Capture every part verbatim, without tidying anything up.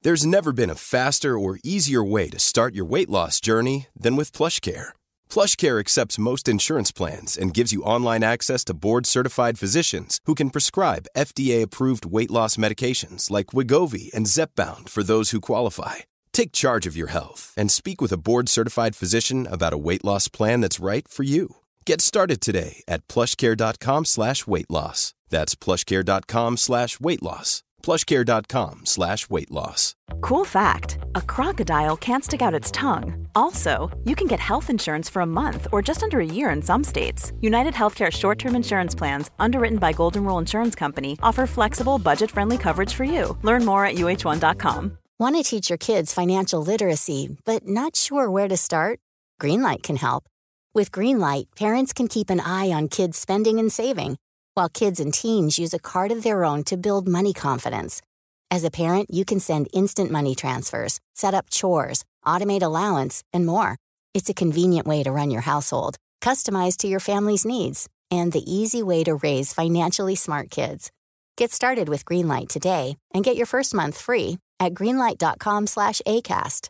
There's never been a faster or easier way to start your weight loss journey than with PlushCare. PlushCare accepts most insurance plans and gives you online access to board-certified physicians who can prescribe F D A-approved weight loss medications like Wegovy and Zepbound for those who qualify. Take charge of your health and speak with a board-certified physician about a weight loss plan that's right for you. Get started today at plushcare.com slash weight loss. That's plushcare.com slash weight loss. plushcare.com slash weight loss. Cool fact, a crocodile can't stick out its tongue. Also, you can get health insurance for a month or just under a year in some states. United Healthcare short-term insurance plans, underwritten by Golden Rule Insurance Company, offer flexible, budget-friendly coverage for you. Learn more at U H one dot com. Want to teach your kids financial literacy, but not sure where to start? Greenlight can help. With Greenlight, parents can keep an eye on kids' spending and saving, while kids and teens use a card of their own to build money confidence. As a parent, you can send instant money transfers, set up chores, automate allowance, and more. It's a convenient way to run your household, customized to your family's needs, and the easy way to raise financially smart kids. Get started with Greenlight today and get your first month free at greenlight.com slash ACAST.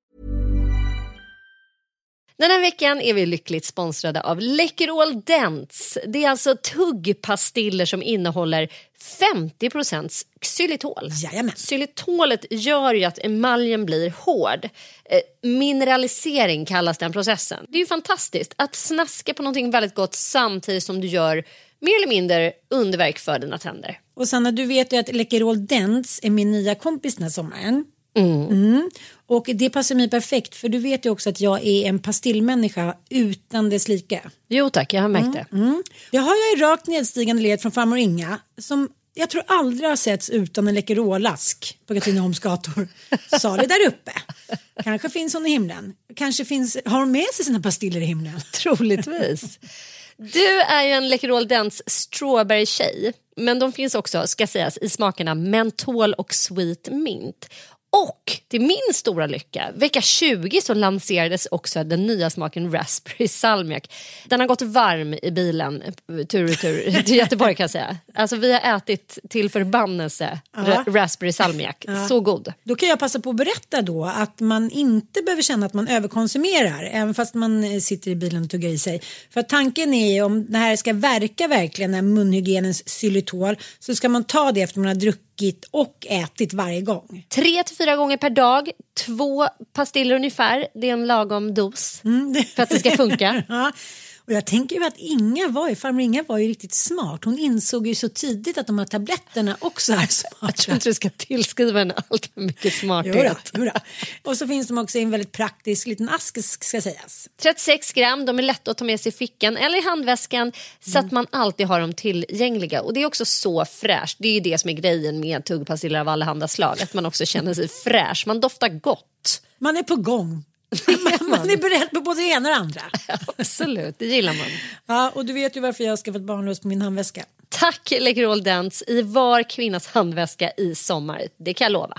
Den här veckan är vi lyckligt sponsrade av Läkerol Dents. Det är alltså tuggpastiller som innehåller femtio procent xylitol. Jajamän. Xylitolet gör ju att emaljen blir hård. Eh, mineralisering kallas den processen. Det är ju fantastiskt att snaska på någonting väldigt gott samtidigt som du gör mer eller mindre underverk för dina tänder. Och Sanna, du vet ju att Läkerol Dents är min nya kompis den här sommaren. Mm. Mm. Och det passar mig perfekt, för du vet ju också att jag är en pastillmänniska utan dess like. Jo tack, jag har märkt mm. det. Mm. Det har jag i rakt nedstigande led från farmor Inga, som jag tror aldrig har setts utan en Läkerolask på Katrineholms gator. Sa det där uppe. Kanske finns hon i himlen. Kanske finns, har hon med sig sina pastiller i himlen? Troligtvis. Du är ju en Läkerol Dents strawberry-tjej. Men de finns också, ska sägas, i smakerna mentol och sweet mint. Och till min stora lycka, vecka tjugo så lanserades också den nya smaken raspberry salmiak. Den har gått varm i bilen, tur och tur, till Göteborg kan jag säga. Alltså vi har ätit till förbannelse ra- raspberry salmiak. Ja. Så god. Då kan jag passa på att berätta då att man inte behöver känna att man överkonsumerar, även fast man sitter i bilen och tuggar i sig. För tanken är, om det här ska verka verkligen, den munhygienens xylitol, så ska man ta det efter man har druckit och ätit varje gång. Tre till fyra gånger per dag, två pastiller ungefär. Det är en lagom dos mm, det... för att det ska funka. Ja. Och jag tänker ju att Inga var ju, farmor Inga var ju riktigt smart. Hon insåg ju så tidigt att de här tabletterna också är smarta. Jag tror inte du ska tillskriva henne allt för mycket smarthet. Jodå, jodå. Och så finns de också i en väldigt praktisk liten ask, ska sägas. trettiosex gram, de är lätta att ta med sig i fickan eller i handväskan så mm. att man alltid har dem tillgängliga. Och det är också så fräscht. Det är ju det som är grejen med tuggpastiller av alla handa slag. Att man också känner sig fräsch. Man doftar gott. Man är på gång. Man är beredd på både det ena och det andra. Absolut, det gillar man. Ja, och du vet ju varför jag har skaffat barnlös på min handväska. Tack Läkerol Dents i var kvinnas handväska i sommar. Det kan jag lova.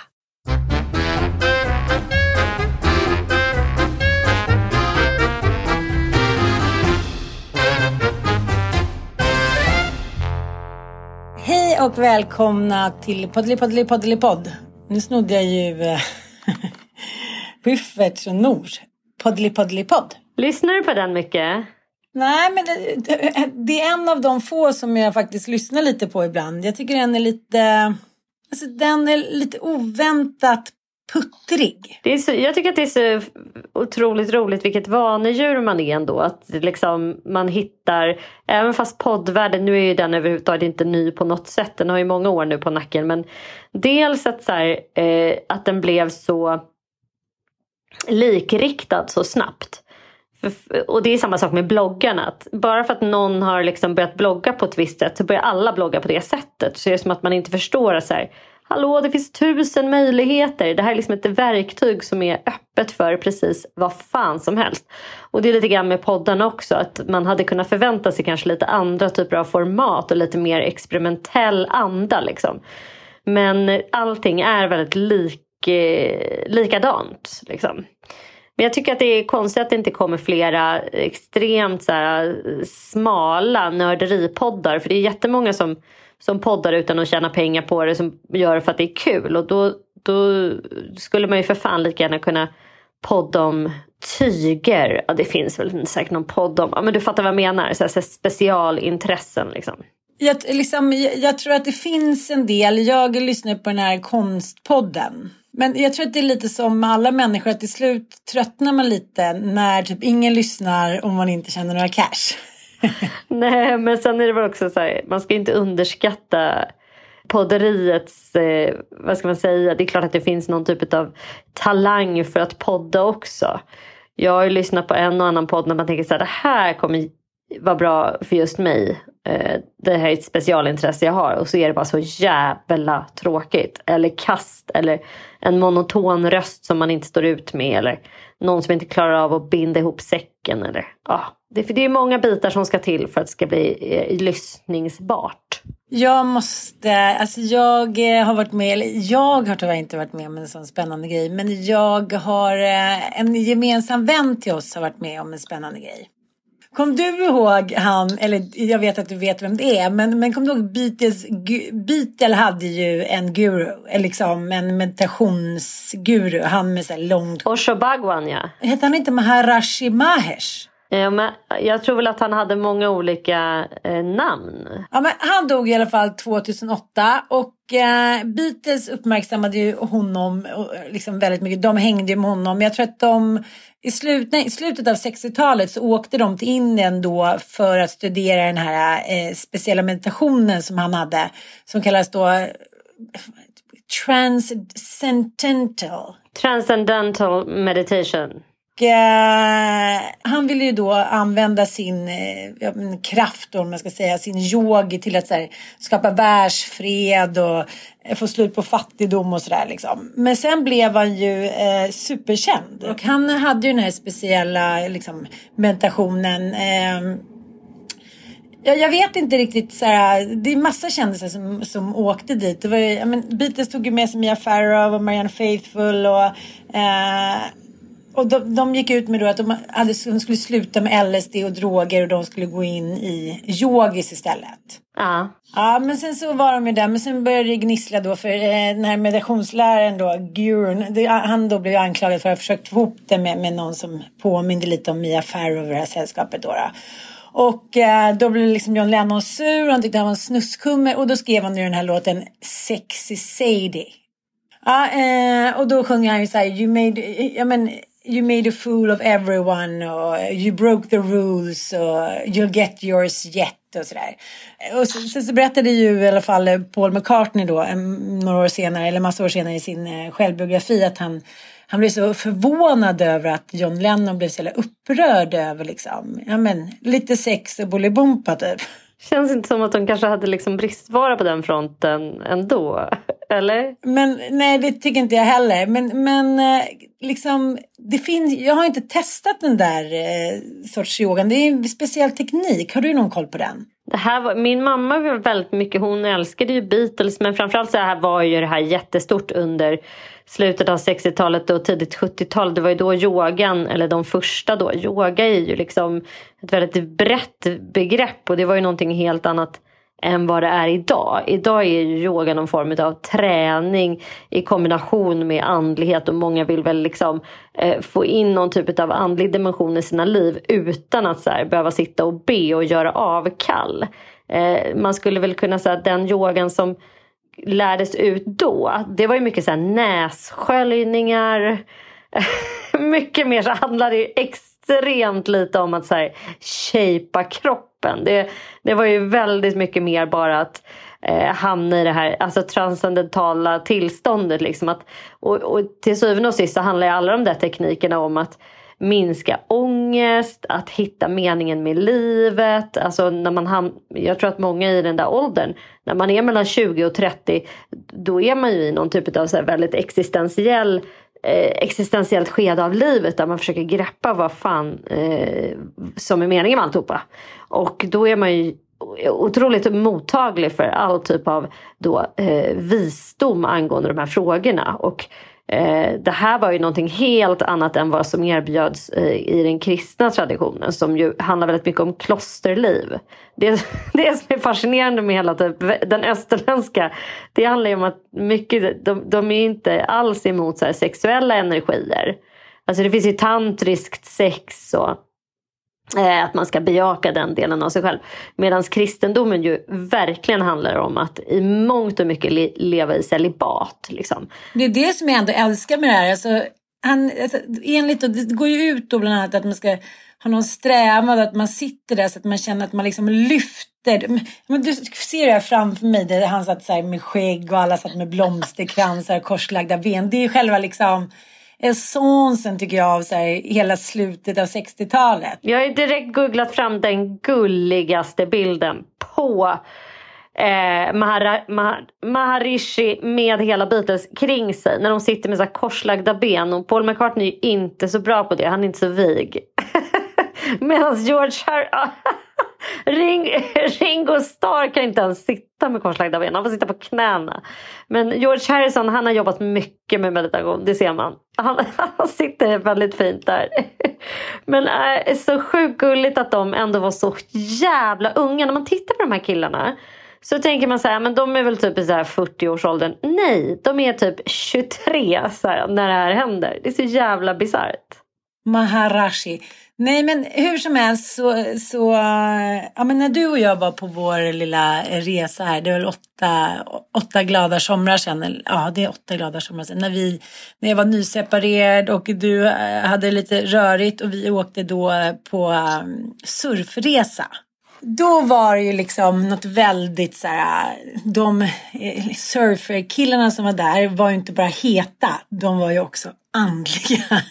Hej och välkomna till Poddeli Poddeli Poddeli Podd. Nu snodde jag ju Schyfferts och Nors Poddeli Poddeli Podd. Lyssnar du på den mycket? Nej, men det, det är en av de få som jag faktiskt lyssnar lite på ibland. Jag tycker den är lite, alltså den är lite oväntat puttrig. Det är så, jag tycker att det är så otroligt roligt vilket vanedjur man är ändå. Att liksom man hittar, även fast poddvärlden, nu är ju den överhuvudtaget inte ny på något sätt. Den har ju många år nu på nacken. Men dels att, så här, eh, att den blev så likriktad så snabbt. Och det är samma sak med bloggarna. Att bara för att någon har liksom börjat blogga på ett visst sätt så börjar alla blogga på det sättet. Så är det som att man inte förstår att så här, hallå, det finns tusen möjligheter. Det här är liksom ett verktyg som är öppet för precis vad fan som helst. Och det är lite grann med poddarna också. Att man hade kunnat förvänta sig kanske lite andra typer av format och lite mer experimentell anda liksom. Men allting är väldigt lik, eh, likadant liksom. Men jag tycker att det är konstigt att det inte kommer flera extremt så här, smala nörderipoddar. För det är jättemånga som, som poddar utan att tjäna pengar på det, som gör det för att det är kul. Och då, då skulle man ju för fan lika gärna kunna podda om tyger. Ja, det finns väl säkert någon podd om, ja, men du fattar vad jag menar, så här, så här specialintressen liksom. Jag, liksom, jag, jag tror att det finns en del, jag lyssnar på den här konstpodden. Men jag tror att det är lite som med alla människor, att till slut tröttnar man lite när typ ingen lyssnar om man inte känner några cash. Nej, men sen är det väl också så här, man ska inte underskatta podderiets, eh, vad ska man säga, det är klart att det finns någon typ av talang för att podda också. Jag har ju lyssnat på en och annan podd när man tänker så här, det här kommer vara bra för just mig. Eh, det här är ett specialintresse jag har, och så är det bara så jävla tråkigt. Eller kast, eller en monoton röst som man inte står ut med, eller någon som inte klarar av att binda ihop säcken. Eller, ah, det, för det är många bitar som ska till för att det ska bli eh, lyssningsbart. Jag måste, alltså jag har varit med, eller jag har tyvärr inte varit med om en sån spännande grej, men jag har, en gemensam vän till oss har varit med om en spännande grej. Kom du ihåg han, eller jag vet att du vet vem det är, men, men kom du ihåg Beatles, Beatles hade ju en guru, liksom en meditationsguru, han med så här långt... Osho Bhagwan, ja. Hette han inte Maharishi Mahesh? Ja, men jag tror väl att han hade många olika eh, namn. Ja, men han dog i alla fall tjugohundraåtta och eh, Beatles uppmärksammade ju honom och, liksom väldigt mycket. De hängde ju med honom. Jag tror att de i, slut, nej, i slutet av sextiotalet så åkte de till Indien då för att studera den här eh, speciella meditationen som han hade, som kallas då eh, transcendental. Transcendental meditation. Uh, han ville ju då använda sin uh, kraft, om man ska säga, sin yogi till att så här, skapa världsfred och uh, få slut på fattigdom och sådär liksom. Men sen blev han ju uh, superkänd, och han hade ju den här speciella liksom, meditationen. Uh, jag, jag vet inte riktigt så här, det är massa kändisar som, som åkte dit. Det var ju, jag men, Beatles tog ju med sig Mia Farrow och Marianne Faithfull och uh, Och de, de gick ut med då att de, hade, de skulle sluta med L S D och droger, och de skulle gå in i yogis istället. Ja. Ja, men sen så var de ju där. Men sen började det gnissla då för eh, den här meditationsläraren då, gurun, det, han då blev anklagad för att ha försökt få ihop det med, med någon som påminde lite om Mia Farrow och det här sällskapet då. då. Och eh, då blev liksom John Lennon sur, han tyckte han var en snuskummer, och då skrev han ju den här låten Sexy Sadie. Ja, eh, och då sjunger han ju så här, you made, ja men... You made a fool of everyone, och you broke the rules, och you'll get yours yet och sådär. Och så, så, så berättade ju i alla fall Paul McCartney då, några år senare, eller massa år senare i sin självbiografi, att han, han blev så förvånad över att John Lennon blev så upprörd över liksom, ja men, lite sex och bolibompa typ. Känns inte som att de kanske hade liksom bristvara på den fronten ändå, eller? Men nej, det tycker inte jag heller. Men, men liksom, det finns, jag har inte testat den där eh, sorts yogan. Det är en speciell teknik. Har du någon koll på den? Det här var, min mamma var väldigt mycket, hon älskade ju Beatles, men framförallt så här var ju det här jättestort under slutet av sextiotalet och tidigt sjuttiotal. Det var ju då yogan, eller de första då, yoga är ju liksom ett väldigt brett begrepp, och det var ju någonting helt annat än vad det är idag. Idag är ju yoga någon form av träning i kombination med andlighet, och många vill väl liksom eh, få in någon typ av andlig dimension i sina liv utan att så här, behöva sitta och be och göra avkall. Eh, man skulle väl kunna säga att den yogan som lärdes ut då, det var ju mycket så här nässköljningar, mycket mer så handlade det extremt lite om att så här shapea kroppen. Det, det var ju väldigt mycket mer bara att eh, hamna i det här alltså transcendentala tillståndet liksom, att, och, och till syvende och sist så handlar ju alla de där teknikerna om att minska ångest, att hitta meningen med livet. Alltså när man ham- jag tror att många i den där åldern, när man är mellan tjugo och trettio, då är man ju i någon typ av så här väldigt existentiell eh, existentiellt skede av livet, där man försöker greppa vad fan eh, som är meningen med alltihopa. Och då är man ju otroligt mottaglig för all typ av då, eh, visdom angående de här frågorna. Och Eh, det här var ju någonting helt annat än vad som erbjöds eh, i den kristna traditionen, som ju handlar väldigt mycket om klosterliv. Det, det som är fascinerande med hela typ, den österländska, det handlar ju om att mycket, de, de är inte alls emot så här sexuella energier. Alltså det finns ju tantriskt sex och eh, att man ska bejaka den delen av sig själv. Medan kristendomen ju verkligen handlar om att i mångt och mycket le- leva i celibat. Liksom. Det är det som jag ändå älskar med det här. Alltså, han, alltså, enligt, det går ju ut då bland annat att man ska ha någon strävan, att man sitter där så att man känner att man liksom lyfter. Men du ser det här framför mig, där han satt så här med skägg och alla satt med blomsterkransar, korslagda ben. Det är själva liksom essensen tycker jag av så här, hela slutet av sextiotalet. Jag har ju direkt googlat fram den gulligaste bilden på eh, Mahara, Mahar, Maharishi med hela Beatles kring sig. När de sitter med så här korslagda ben. Och Paul McCartney är inte så bra på det. Han är inte så vig. Medan George Harrison... Ring, Ringo Starr kan inte ens sitta med korslagda ben. Han får sitta på knäna. Men George Harrison, han har jobbat mycket med meditation. Det ser man. Han, han sitter väldigt fint där. Men äh, så sjukt gulligt att de ändå var så jävla unga. När man tittar på de här killarna så tänker man så här, men de är väl typ i så här fyrtio-årsåldern. Nej, de är typ tjugotre så här, när det här händer. Det är så jävla bizarrt. Maharishi. Nej, men hur som helst så, så ja, men när du och jag var på vår lilla resa här, det var väl åtta, åtta glada somrar sedan, ja det är åtta glada somrar sedan, när, vi, när jag var nyseparerad och du hade lite rörigt och vi åkte då på surfresa. Då var det ju liksom något väldigt så här, de surferkillarna som var där var ju inte bara heta, de var ju också andliga.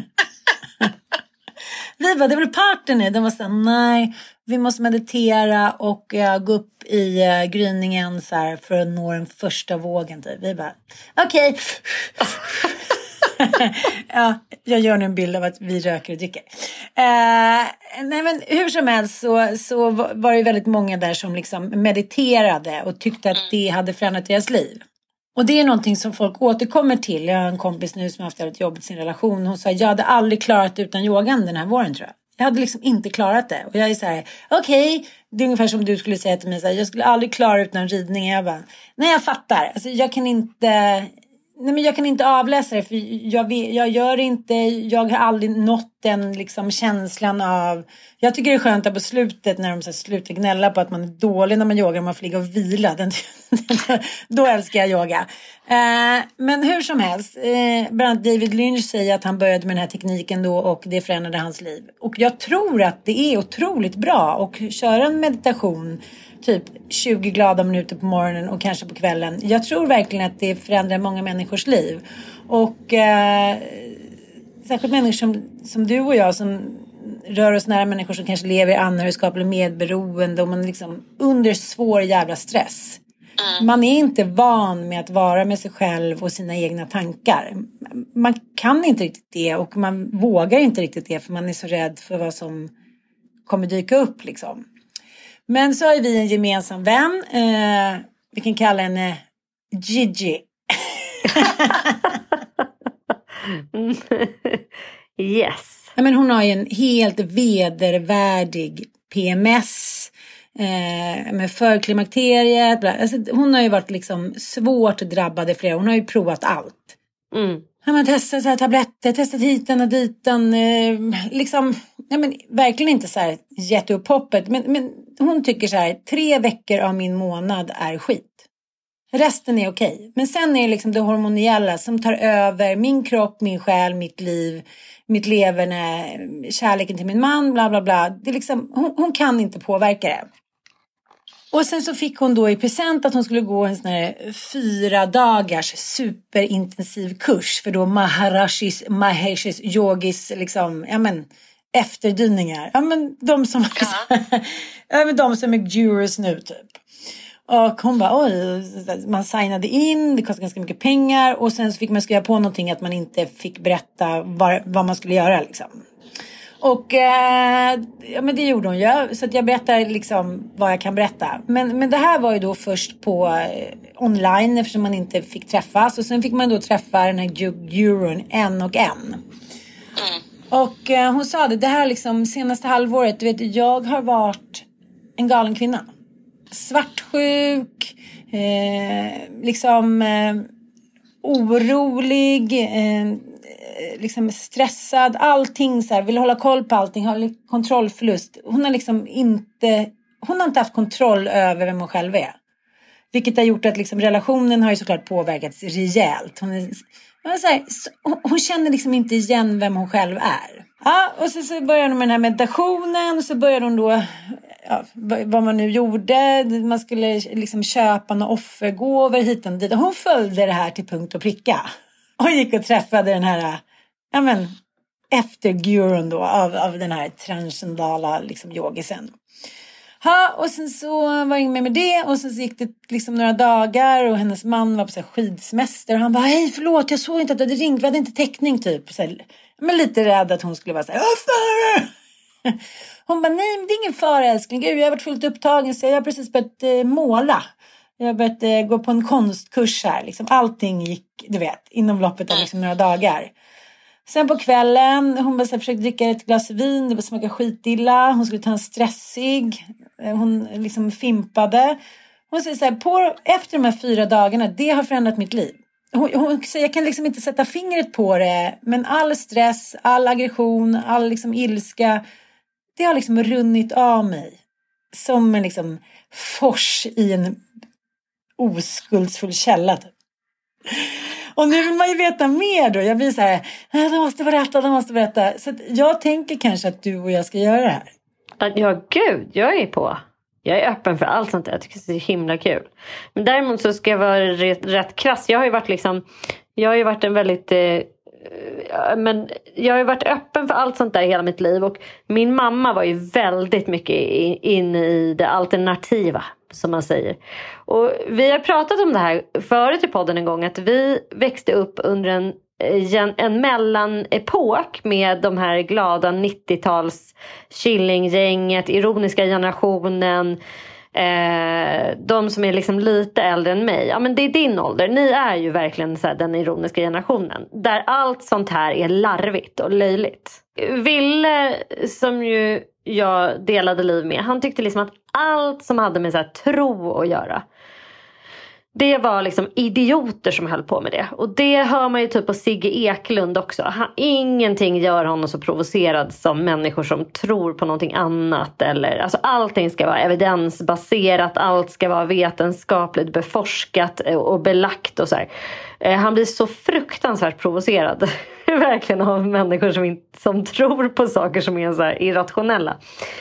Vi bara, det var parten nu. De var så här, nej, vi måste meditera och uh, gå upp i uh, gryningen så här, för att nå den första vågen. Typ. Vi bara, okej. Okay. Ja, jag gör nu en bild av att vi röker och dricker. Uh, nej, men hur som helst så, så var det väldigt många där som liksom mediterade och tyckte att det hade förändrat deras liv. Och det är någonting som folk återkommer till. Jag har en kompis nu som har haft ett jobb i sin relation. Hon sa, jag hade aldrig klarat utan yogan den här våren tror jag. Jag hade liksom inte klarat det. Och jag är så här, okej. Okay. Det är ungefär som du skulle säga till mig. Så här, jag skulle aldrig klara utan ridning. Jag bara, nej jag fattar. Alltså jag kan inte... Nej, men jag kan inte avläsa det för jag, jag gör inte, jag har aldrig nått den liksom känslan av, jag tycker det är skönt att på slutet när de så här, slutar gnälla på att man är dålig när man yogar, man får ligga och vila, den, då älskar jag yoga. Eh, men hur som helst, eh, bland annat David Lynch säger att han började med den här tekniken då och det förändrade hans liv. Och jag tror att det är otroligt bra att köra en meditation typ tjugo glada minuter på morgonen och kanske på kvällen. Jag tror verkligen att det förändrar många människors liv. Och eh, särskilt människor som, som du och jag som rör oss nära människor som kanske lever i anhörigskap eller medberoende och man liksom under svår jävla stress. Mm. Man är inte van med att vara med sig själv och sina egna tankar. Man kan inte riktigt det och man vågar inte riktigt det för man är så rädd för vad som kommer dyka upp liksom. Men så har vi en gemensam vän. Eh, vi kan kalla henne Gigi. Yes. Ja, men hon har ju en helt vedervärdig P M S. Eh, med förklimakteriet. Alltså, hon har ju varit liksom svårt drabbad i flera. Hon har ju provat allt. Mm. Ja, man testar så här tabletter, testat hiten och ditan. Eh, liksom, ja, men verkligen inte så här gett upp hoppet. Men, men hon tycker så här, tre veckor av min månad är skit. Resten är okej. Men sen är det liksom det hormoniella som tar över min kropp, min själ, mitt liv, mitt leverne, kärleken till min man, bla bla bla. Det är liksom, hon, hon kan inte påverka det. Och sen så fick hon då i present att hon skulle gå en sån här fyra dagars superintensiv kurs för då Maharishis, Maheshis, yogis liksom, ja men efterdyningar. Ja men de som ja. Ja men de som är gurus nu typ. Och hon bara, oj, man signade in, det kostade ganska mycket pengar och sen så fick man skriva på någonting att man inte fick berätta vad, vad man skulle göra liksom. Och eh, ja, men det gjorde hon ju. Så att jag berättar liksom vad jag kan berätta. Men, men det här var ju då först på eh, online eftersom man inte fick träffas. Och sen fick man då träffa den här gurun en och en. Mm. Och eh, hon sa det, det här liksom senaste halvåret, du vet, jag har varit en galen kvinna. Svartsjuk, eh, liksom eh, orolig, eh, liksom stressad, allting så här, vill hålla koll på allting, har kontrollförlust. Hon har liksom inte, hon har inte haft kontroll över vem hon själv är. Vilket har gjort att liksom relationen har ju såklart påverkats rejält. Hon är, hon, är så här, hon känner liksom inte igen vem hon själv är. Ja, och så, så började hon med den här meditationen och så började hon då, ja, vad man nu gjorde, man skulle liksom köpa några offergåvor hit och dit. Hon följde det här till punkt och pricka. Och gick och träffade den här, ja men, eftergurun då av, av den här transcendala liksom yogisen. Ja, och sen så var jag med med det och sen så gick det liksom några dagar och hennes man var på så här skidsemester och han bara, hej förlåt, jag såg inte att du hade ringt, vi hade inte täckning typ. Så här, men lite rädd att hon skulle vara så här, åh, hon bara, nej men det är ingen fara älskling, gud jag har varit fullt upptagen så jag har precis börjat eh, måla. Jag har börjat eh, gå på en konstkurs här. Liksom, allting gick, du vet, inom loppet av liksom, några dagar. Sen på kvällen, hon bara så här, försökte dricka ett glas vin. Det bara smakade skitilla. Hon skulle ta en stressig. Hon liksom fimpade. Hon säger så här, på, efter de här fyra dagarna, det har förändrat mitt liv. Hon, hon säger, jag kan liksom inte sätta fingret på det. Men all stress, all aggression, all liksom ilska. Det har liksom runnit av mig. Som en liksom fors i en oskuldsfull källa typ. Och nu vill man ju veta mer då. Jag blir så här, de måste berätta, de måste berätta. Så att jag tänker kanske att du och jag ska göra det här. Ja, gud, jag är på. Jag är öppen för allt sånt där. Jag tycker det är himla kul. Men däremot så ska jag vara rätt, rätt krass. Jag har ju varit liksom, jag har ju varit en väldigt... Eh, men jag har ju varit öppen för allt sånt där hela mitt liv. Och min mamma var ju väldigt mycket inne i det alternativa, som man säger. Och vi har pratat om det här förut i podden en gång. Att vi växte upp under en, en mellanepok med de här glada nittio-tals Killinggänget, ironiska generationen. Eh, de som är liksom lite äldre än mig. Ja, men det är din ålder. Ni är ju verkligen så här, den ironiska generationen. Där allt sånt här är larvigt och löjligt. Ville, som ju jag delade liv med, han tyckte liksom att allt som hade med så här tro att göra, det var liksom idioter som höll på med det. Och det hör man ju typ på Sigge Eklund också. Han, ingenting gör honom så provocerad som människor som tror på någonting annat. Eller, alltså allting ska vara evidensbaserat. Allt ska vara vetenskapligt beforskat och belagt och så här. Han blir så fruktansvärt provocerad. Verkligen av människor som, inte, som tror på saker som är så här irrationella.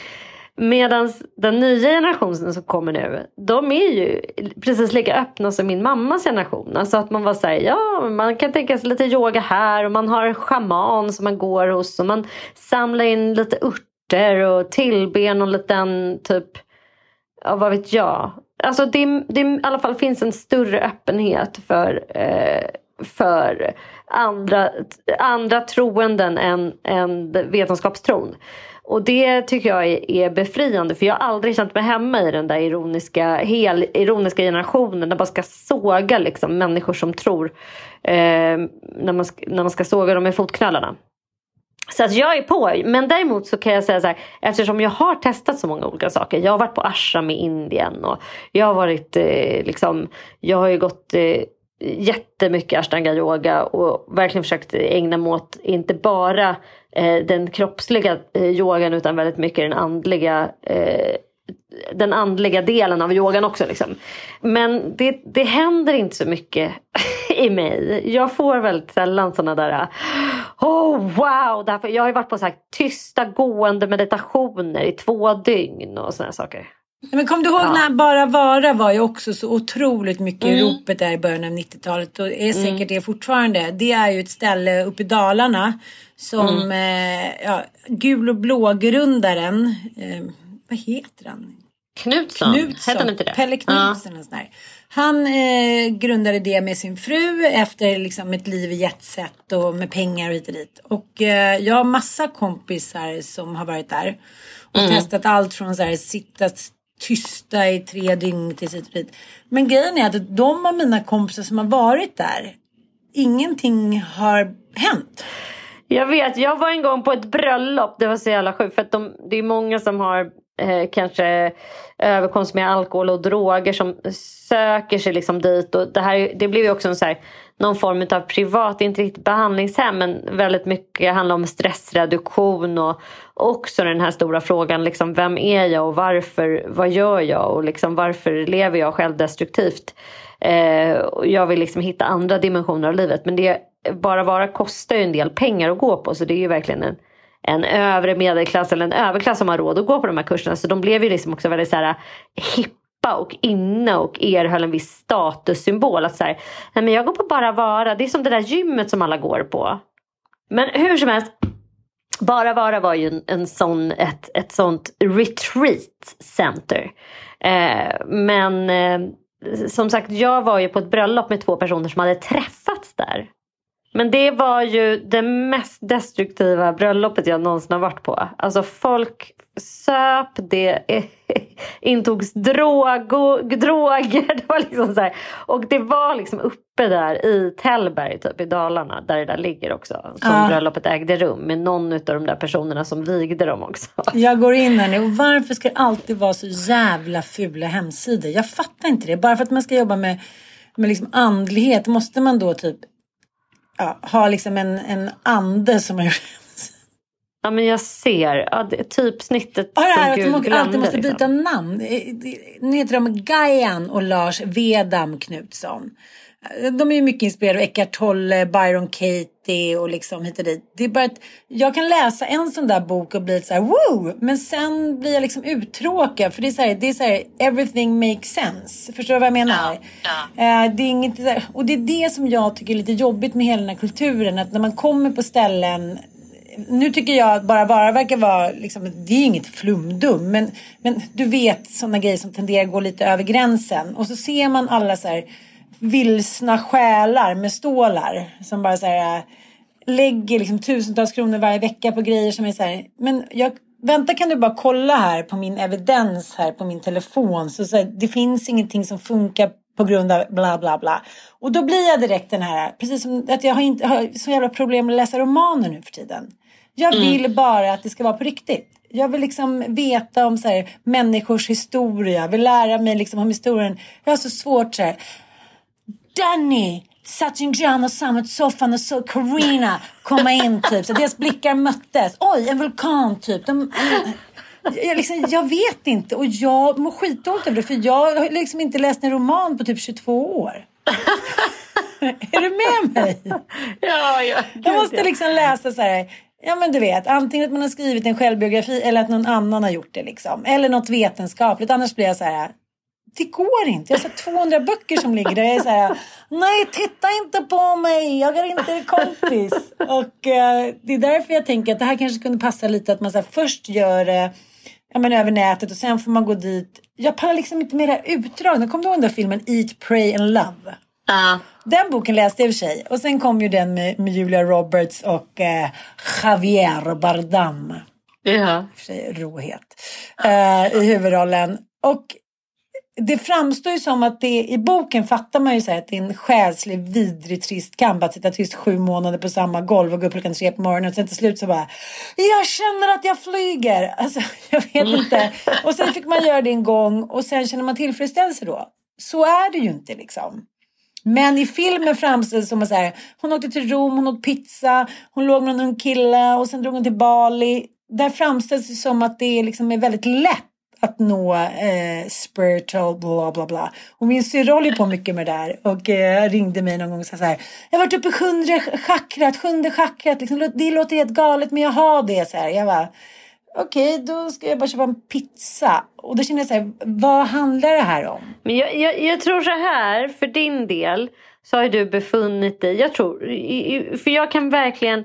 Medan den nya generationen som kommer nu, de är ju precis lika öppna som min mammas generation. Alltså att man var så här, ja, man kan tänka sig lite yoga här och man har en schaman som man går hos och man samlar in lite örter och tillber någon liten typ, ja vad vet jag. Alltså det, det i alla fall finns en större öppenhet för, eh, för andra, andra troenden än, än vetenskapstron. Och det tycker jag är, är befriande. För jag har aldrig känt mig hemma i den där ironiska, hel, ironiska generationen. Där man ska såga liksom, människor som tror. Eh, när, man ska, när man ska såga dem i fotknölarna. Så att jag är på. Men däremot så kan jag säga så här. Eftersom jag har testat så många olika saker. Jag har varit på ashram i Indien. Och jag har varit eh, liksom. Jag har ju gått... Eh, jättemycket ashtanga yoga och verkligen försökt ägna mig åt inte bara eh, den kroppsliga eh, yogan utan väldigt mycket den andliga eh, den andliga delen av yogan också liksom. Men det, det händer inte så mycket i mig. Jag får väldigt sällan såna där oh wow, därför, jag har ju varit på så här tysta gående meditationer i två dygn och såna här saker. Men kom du ihåg ja. när Bara Vara var ju också så otroligt mycket mm. ropet där i början av nittiotalet och är säkert mm. det fortfarande. Det är ju ett ställe uppe i Dalarna som mm. eh, ja, gul och blågrundaren eh, vad heter han? Knutsson. Knutsson. Heter han inte det? Pelle Knutsson ja. och sån där. Han eh, grundade det med sin fru efter liksom ett liv i jetset och med pengar och hit och dit. Och eh, jag har massa kompisar som har varit där och mm. testat allt från så här, sitta tysta i tre dygn till hit och dit. Men grejen är att de av mina kompisar som har varit där, ingenting har hänt. Jag vet, jag var en gång på ett bröllop. Det var så jävla sjukt. För att de, det är många som har eh, kanske överkonsumerat alkohol och droger som söker sig liksom dit. Och det, här, det blev ju också en så här, någon form av privat, inte riktigt behandlingshem. Men väldigt mycket handlar om stressreduktion. Och också den här stora frågan, liksom, vem är jag och varför, vad gör jag? Och liksom, varför lever jag självdestruktivt? Eh, och jag vill liksom hitta andra dimensioner av livet. Men det bara vara kostar ju en del pengar att gå på. Så det är ju verkligen en, en övre medelklass eller en överklass som har råd att gå på de här kurserna. Så de blev ju liksom också väldigt så här hippa och inne och erhöll en viss statussymbol. Att så här, nej men jag går på bara vara. Det är som det där gymmet som alla går på. Men hur som helst, bara vara var ju en, en sån, ett, ett sånt retreat center. Eh, men eh, som sagt, jag var ju på ett bröllop med två personer som hade träffats där. Men det var ju det mest destruktiva bröllopet jag någonsin har varit på. Alltså folk söp, det intogs drogo, droger. Det var liksom så här. Och det var liksom uppe där i Tällberg typ i Dalarna. Där det där ligger också. Som ah. bröllopet ägde rum med någon av de där personerna som vigde dem också. Jag går in här nu. Och varför ska det alltid vara så jävla fula hemsidor? Jag fattar inte det. Bara för att man ska jobba med, med liksom andlighet måste man då typ ja, ha liksom en, en ande som är... Ja, men jag ser. Ja, det, typ snittet ja, det här, som Gud Gud glömde. Alltid måste liksom. byta namn. Nu heter de Gajan och Lars Vedam Knutsson. De är ju mycket inspirerade av Eckart Tolle, Byron Katie och liksom hit och dit. Det är bara att jag kan läsa en sån där bok och bli så här wow, men sen blir jag liksom uttråkad för det är så här, det är så här everything makes sense. Förstår du vad jag menar? Ja, ja. Det är inget så här, och det är det som jag tycker är lite jobbigt med hela den här kulturen, att när man kommer på ställen. Nu tycker jag att bara vara verkar vara liksom, det är inget flumdum, men men du vet såna grejer som tenderar att gå lite över gränsen och så ser man alla så här vilsna själar med stålar som bara så här lägger liksom tusentals kronor varje vecka på grejer som är så här, men jag vänta, kan du bara kolla här på min evidens här på min telefon så, så här, det finns ingenting som funkar på grund av bla bla bla. Och då blir jag direkt den här, precis som att jag har inte har så jävla problem med att läsa romaner nu för tiden. Jag vill mm. bara att det ska vara på riktigt. Jag vill liksom veta om så här, människors historia. Jag vill lära mig liksom om historien. Jag har så svårt så här. Danny satt en grann och samma soffan och så Karina komma in typ. Så deras blickar möttes. Oj, en vulkan typ. De, jag, liksom, jag vet inte. Och jag mår skitdåligt över det. För jag har liksom inte läst en roman på typ tjugotvå år. Är du med mig? Ja, ja. Jag måste liksom läsa så här. Ja, men du vet, antingen att man har skrivit en självbiografi eller att någon annan har gjort det liksom. Eller något vetenskapligt. Annars blir jag så här, det går inte. Jag har sett tvåhundra böcker som ligger där. Jag är så här, nej, titta inte på mig. Jag är inte en kompis. Och uh, det är därför jag tänker att det här kanske kunde passa lite. Att man så här, först gör det uh, ja, men över nätet och sen får man gå dit. Jag pallar liksom inte med det här utdrag. Kommer du ihåg den där filmen Eat, Pray and Love? Ja. Uh. Den boken läste jag i och för sig. Och sen kom ju den med, med Julia Roberts och eh, Javier Bardem. Ja. I och för sig råhet. Eh, I huvudrollen. Och det framstår ju som att det i boken fattar man ju så här att det är en själslig, vidrig, trist kamp att sitta tyst sju månader på samma golv och gå upp klockan tre på morgonen och sen till slut så bara jag känner att jag flyger. Alltså, jag vet inte. Och sen fick man göra det en gång och sen känner man tillfredsställelse då. Så är det ju inte liksom. Men i filmen framställs som att så här, hon åkte till Rom, hon åt pizza, hon låg med en kille och sen drog hon till Bali. Där framställs det som att det liksom är väldigt lätt att nå eh, spiritual bla bla bla. Och min syrra håller på mycket med det där och eh, ringde mig någon gång och sa så här, jag har varit uppe i sjunde chakrat, sjunde chakrat, liksom, det låter helt galet men jag har det så här. Jag bara, okej, okay, då ska jag bara köpa en pizza. Och då känner jag så här, vad handlar det här om? Men jag, jag, jag tror så här, för din del så har du befunnit dig, jag tror, för jag kan verkligen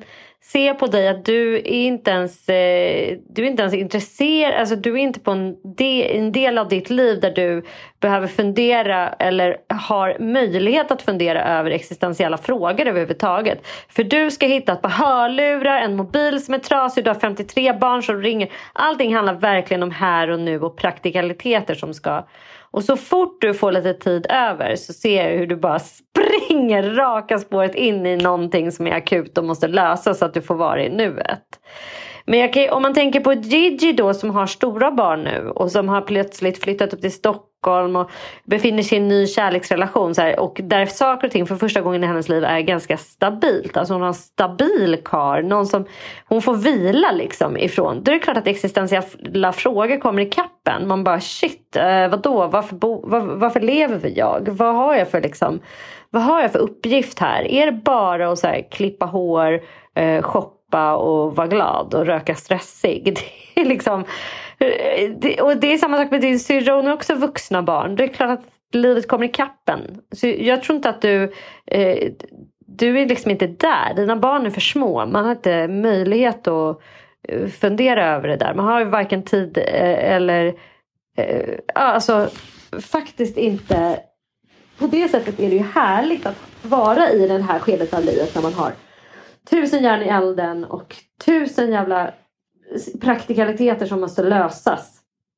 se på dig att du är inte ens, eh, du är inte ens intresserad. Alltså du är inte på en del, en del av ditt liv där du behöver fundera eller har möjlighet att fundera över existentiella frågor överhuvudtaget. För du ska hitta ett par hörlurar, en mobil som är trasig, du har femtiotre barn som ringer. Allting handlar verkligen om här och nu och praktikaliteter som ska... Och så fort du får lite tid över så ser jag hur du bara springer raka spåret in i någonting som är akut och måste lösas så att du får vara i nuet. Men jag kan, om man tänker på Gigi då som har stora barn nu och som har plötsligt flyttat upp till Stockholm och befinner sig i en ny kärleksrelation så här, och där saker och ting för första gången i hennes liv är ganska stabilt. Alltså hon har en stabil kar, någon som hon får vila liksom ifrån. Då är det klart att existentiella frågor kommer i kappen. Man bara shit, eh, vadå? Varför, bo, var, varför lever jag? Vad har jag för liksom, vad har jag för uppgift här? Är det bara att så här, klippa hår, eh, shoppa och vara glad och röka stressig? Det är liksom, det, och det är samma sak med din syrra, hon är också vuxna barn. Det är klart att livet kommer i kappen. Så jag tror inte att du eh, du är liksom inte där. Dina barn är för små. Man har inte möjlighet att fundera över det där. Man har ju varken tid eh, eller eh, alltså faktiskt inte. På det sättet är det ju härligt att vara i den här skedet av livet när man har tusen järn i elden och tusen jävla praktikaliteter som måste lösas.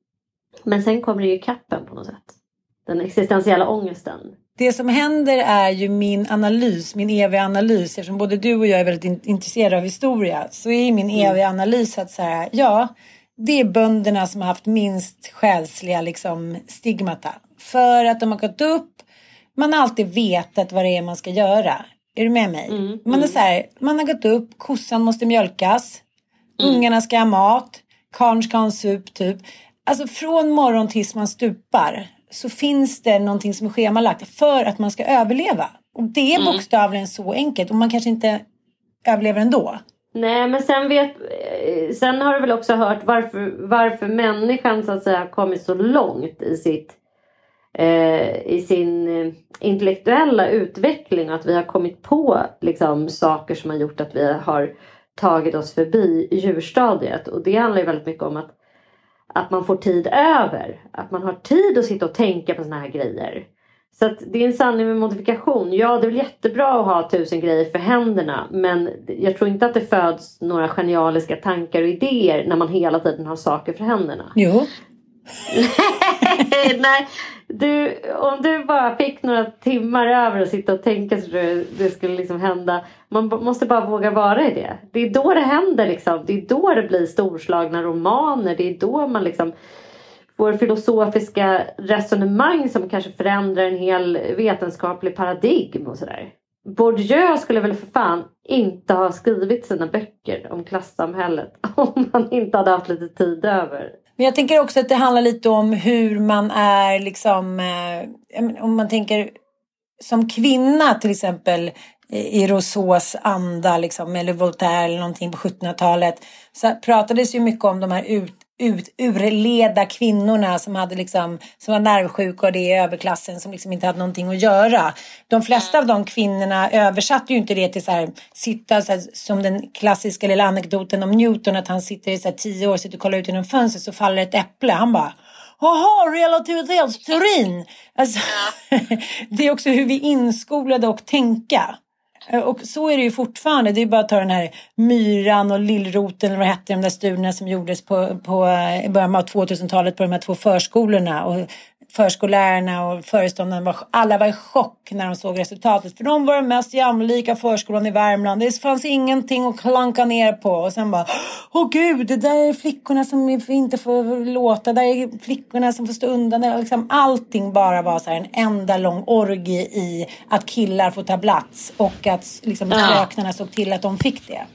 Men sen kommer det ju i kappen på något sätt. Den existentiella ångesten. Det som händer är ju min analys, min eviga analys. Eftersom både du och jag är väldigt in- intresserade av historia. Så är min mm. eviga analys att säga, ja, det är bönderna som har haft minst själsliga liksom, stigmata. För att de har gått upp, man har alltid vetat vad det är man ska göra. Är du med mig? Mm, man, är så här, man har gått upp, kossan måste mjölkas. Mm. Ungarna ska ha mat. Karn ska ha en sup typ. Alltså från morgon tills man stupar så finns det någonting som är schemalagt för att man ska överleva. Och det är mm. bokstavligen så enkelt. Och man kanske inte överlever ändå. Nej, men sen vet sen har du väl också hört varför, varför människan så att säga kommit så långt i sitt eh, i sin intellektuella utveckling. Att vi har kommit på liksom saker som har gjort att vi har tagit oss förbi djurstadiet. Och det handlar ju väldigt mycket om att Att man får tid över. Att man har tid att sitta och tänka på såna här grejer. Så att det är en sanning med modifikation. Ja, det är väl jättebra att ha tusen grejer för händerna. Men jag tror inte att det föds några genialiska tankar och idéer när man hela tiden har saker för händerna. Jo. Nej, du, om du bara fick några timmar över att sitta och tänka så det, det skulle liksom hända. Man b- måste bara våga vara i det. Det är då det händer liksom. Det är då det blir storslagna romaner. Det är då man liksom får filosofiska resonemang som kanske förändrar en hel vetenskaplig paradigm och sådär. Bourdieu skulle väl för fan inte ha skrivit sina böcker om klassamhället om man inte hade haft lite tid över. Men jag tänker också att det handlar lite om hur man är liksom, eh, om man tänker som kvinna till exempel i Rousseaus anda liksom, eller Voltaire eller någonting på sjuttonhundratalet, så pratades ju mycket om de här ut, ut, urleda kvinnorna som hade liksom, som var nervsjuka och det i överklassen som liksom inte hade någonting att göra. De flesta av de kvinnorna översatte ju inte det till så här, sitta så här, som den klassiska lilla anekdoten om Newton, att han sitter i så här, tio år, sitter och kollar ut genom fönstret så faller ett äpple. Han bara, jaha, relativitetsteorin. Alltså, det är också hur vi är inskolade och tänka. Och så är det ju fortfarande. Det är bara att ta den här myran och lillroten eller vad hette de där studierna som gjordes på, på i början av tvåtusentalet på de här två förskolorna. Och förskollärarna och föreståndaren var, alla var i chock när de såg resultatet. För de var den mest jämlika förskolan i Värmland. Det fanns ingenting att klanka ner på. Och sen bara, åh gud, det där är flickorna som inte får låta. Det där är flickorna som får stå undan. Det liksom, allting bara var så här en enda lång orgie i att killar får ta plats. Och att liksom, fröknarna såg till att de fick det.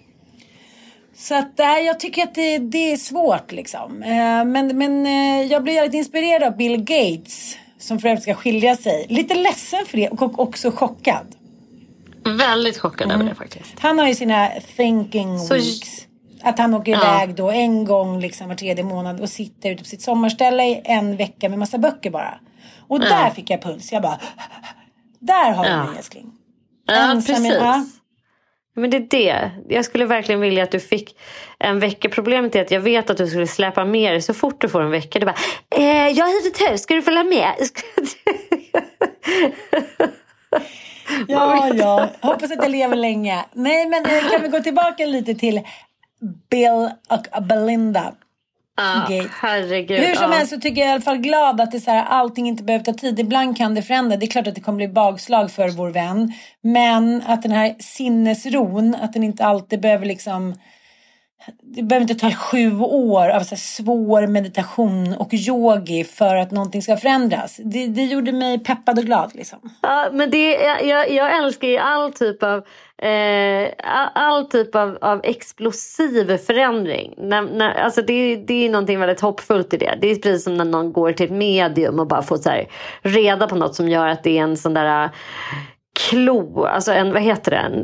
Så att, äh, jag tycker att det, det är svårt liksom. Eh, men men eh, jag blir väldigt inspirerad av Bill Gates som för övrigt ska skilja sig. Lite ledsen för det och också chockad. Väldigt chockad mm. över det faktiskt. Han har ju sina thinking så... weeks. Att han åker ja. iväg då en gång liksom var tredje månad och sitter ute på sitt sommarställe i en vecka med massa böcker bara. Och ja. där fick jag puls. Jag bara, där har vi ja. mig älskling. Ja, precis. Ja. Men det är det. Jag skulle verkligen vilja att du fick en vecka. Problemet är att jag vet att du skulle släppa med dig så fort du får en vecka. Du bara, eh, jag har hyrt ett hus, ska du följa med? Ja, ja. Hoppas att jag lever länge. Nej, men kan vi gå tillbaka lite till Bill och Belinda? Ah, herregud. Hur som ah. helst så tycker jag i alla fall glad att det så här, allting inte behöver ta tid. Ibland kan det förändra. Det är klart att det kommer bli bagslag för vår vän. Men att den här sinnesron, att den inte alltid behöver liksom... Det behöver inte ta sju år av så här svår meditation och yogi för att någonting ska förändras. Det, det gjorde mig peppad och glad liksom. Ja, men det, jag, jag älskar ju all typ av eh, all typ av, av explosiv förändring. När, när, alltså det, det är någonting väldigt hoppfullt i det. Det är precis som när någon går till ett medium och bara får så här, reda på något som gör att det är en sån där klo, alltså en, vad heter det? En,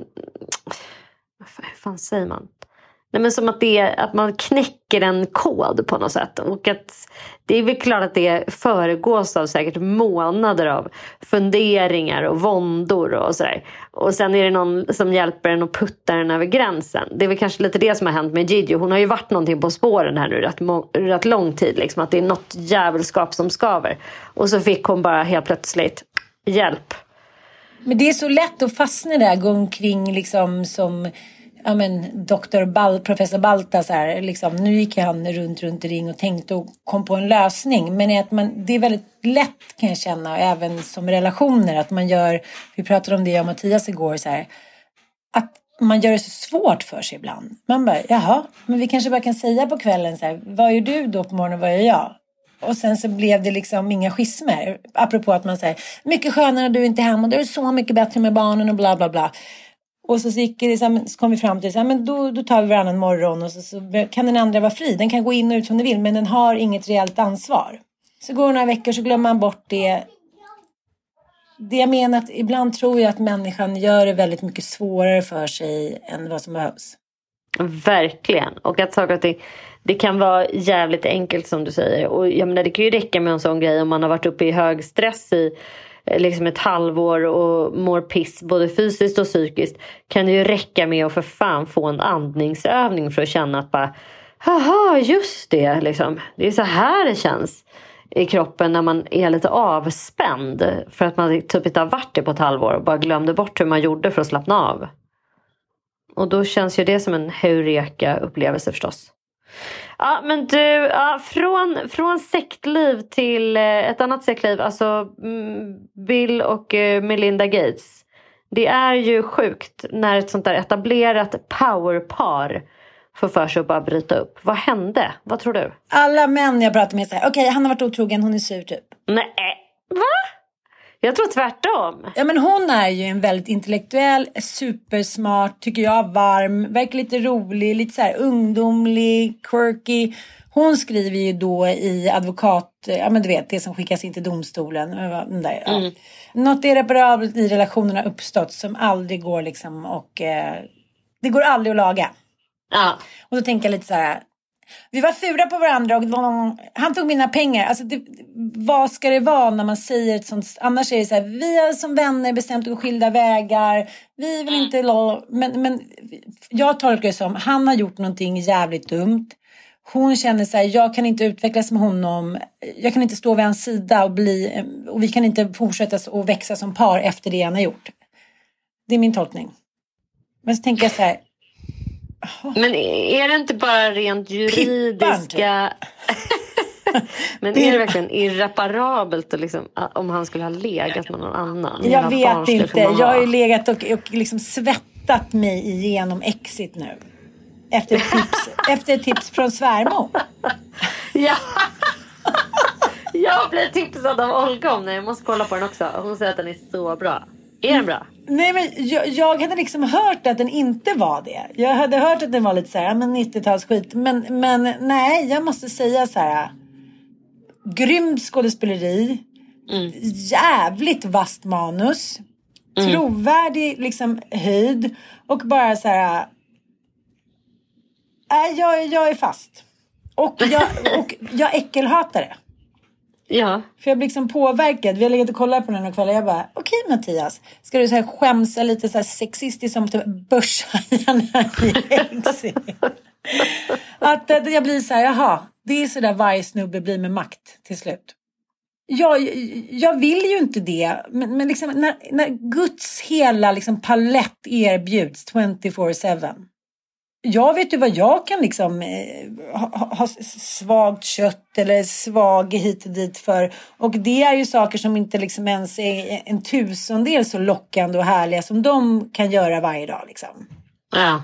vad fan säger man? Nej, men som att, det är, att man knäcker en kod på något sätt. Och att det är väl klart att det föregås av säkert månader av funderingar och våndor och sådär. Och sen är det någon som hjälper en och puttar den över gränsen. Det är väl kanske lite det som har hänt med Gigi. Hon har ju varit någonting på spåren här nu rätt, må- rätt lång tid. Liksom, att det är något jävelskap som skaver. Och så fick hon bara helt plötsligt hjälp. Men det är så lätt att fastna där, gå omkring liksom som... Ja, men doktor Bal, professor Baltasar, liksom, nu gick han runt, runt i ring och tänkte och kom på en lösning. Men att man, det är väldigt lätt kan jag känna, även som relationer, att man gör, vi pratade om det jag och Mattias igår, så här, att man gör det så svårt för sig ibland. Man bara, jaha, men vi kanske bara kan säga på kvällen så här, vad gör du då på morgonen, vad gör jag? Och sen så blev det liksom inga schismer. Apropå att man säger, mycket skönare du är inte hemma, då är det så mycket bättre med barnen och bla bla bla. Och så, gick det, så kom vi fram till så här, men då, då tar vi varannan morgon och så, så kan den andra vara fri. Den kan gå in och ut som den vill, men den har inget reellt ansvar. Så går det några veckor så glömmer man bort det. Det jag menar att ibland tror jag att människan gör det väldigt mycket svårare för sig än vad som behövs. Verkligen. Och att saker att det, det kan vara jävligt enkelt som du säger. Och jag menar, det kan ju räcka med en sån grej om man har varit uppe i hög stress i liksom ett halvår och mår piss både fysiskt och psykiskt, kan det ju räcka med att för fan få en andningsövning för att känna att bara, haha, just det liksom. Det är så här det känns i kroppen när man är lite avspänd för att man typ inte har varit det på ett halvår och bara glömde bort hur man gjorde för att slappna av. Och då känns ju det som en heureka upplevelse förstås. Ja, men du, ja, från, från sektliv till ett annat sektliv, alltså Bill och Melinda Gates. Det är ju sjukt när ett sånt där etablerat powerpar får för sig att bara bryta upp. Vad hände? Vad tror du? Alla män jag pratar med säger, okej, okay, han har varit otrogen, hon är sur typ. Nej, va? Jag tror tvärtom. Ja, men hon är ju en väldigt intellektuell, supersmart, tycker jag, varm, verkar lite rolig, lite så här ungdomlig, quirky. Hon skriver ju då i advokat, ja men du vet, det som skickas in till domstolen. Där, ja. Mm. Något irreparabelt i relationen har uppstått som aldrig går liksom och eh, det går aldrig att laga. Ja. Och då tänker jag lite så här, vi var sura på varandra och han tog mina pengar. Alltså det, vad ska det vara när man säger ett sånt? Annars är det så här, vi har som vänner bestämt att gå skilda vägar. Vi vill inte, men, men jag tolkar det som, han har gjort någonting jävligt dumt. Hon känner så här, jag kan inte utvecklas med honom. Jag kan inte stå vid hans sida och bli, och vi kan inte fortsätta och växa som par efter det han har gjort. Det är min tolkning. Men så tänker jag så här, men är det inte bara rent juridiska men är det verkligen irreparabelt liksom, om han skulle ha legat med någon annan? Jag vet inte, jag har ju legat och, och liksom svettat mig igenom Exit nu efter ett tips, efter ett tips från svärmor. Ja. Jag blev tipsad av Olga om den. Jag måste kolla på den också. Hon säger att den är så bra. Är den bra? Nej, men jag, jag hade liksom hört att den inte var det. Jag hade hört att den var lite så här, men nittiotalsskit. Men, men nej, jag måste säga så här. Grym skådespeleri. Mm. Jävligt vast manus. Mm. Trovärdig liksom höjd. Och bara så här. Äh, jag, jag är fast. Och jag, och jag äckelhatar det. Ja. För jag blir liksom påverkad. Vi har legat och kollat på den här kvällen. Jag bara, okej okay, Mattias. Ska du så här skämsa lite så här sexistiskt som typ börshajarna i Exit? Att äh, jag blir så här, jaha. Det är så där varje snubbe blir med makt till slut. Jag, jag vill ju inte det. Men, men liksom, när, när Guds hela liksom, palett erbjuds tjugofyra sju. Jag vet ju vad jag kan liksom eh, ha, ha svagt kött eller svag hit och dit för. Och det är ju saker som inte liksom ens är en tusendel så lockande och härliga som de kan göra varje dag liksom. Ja.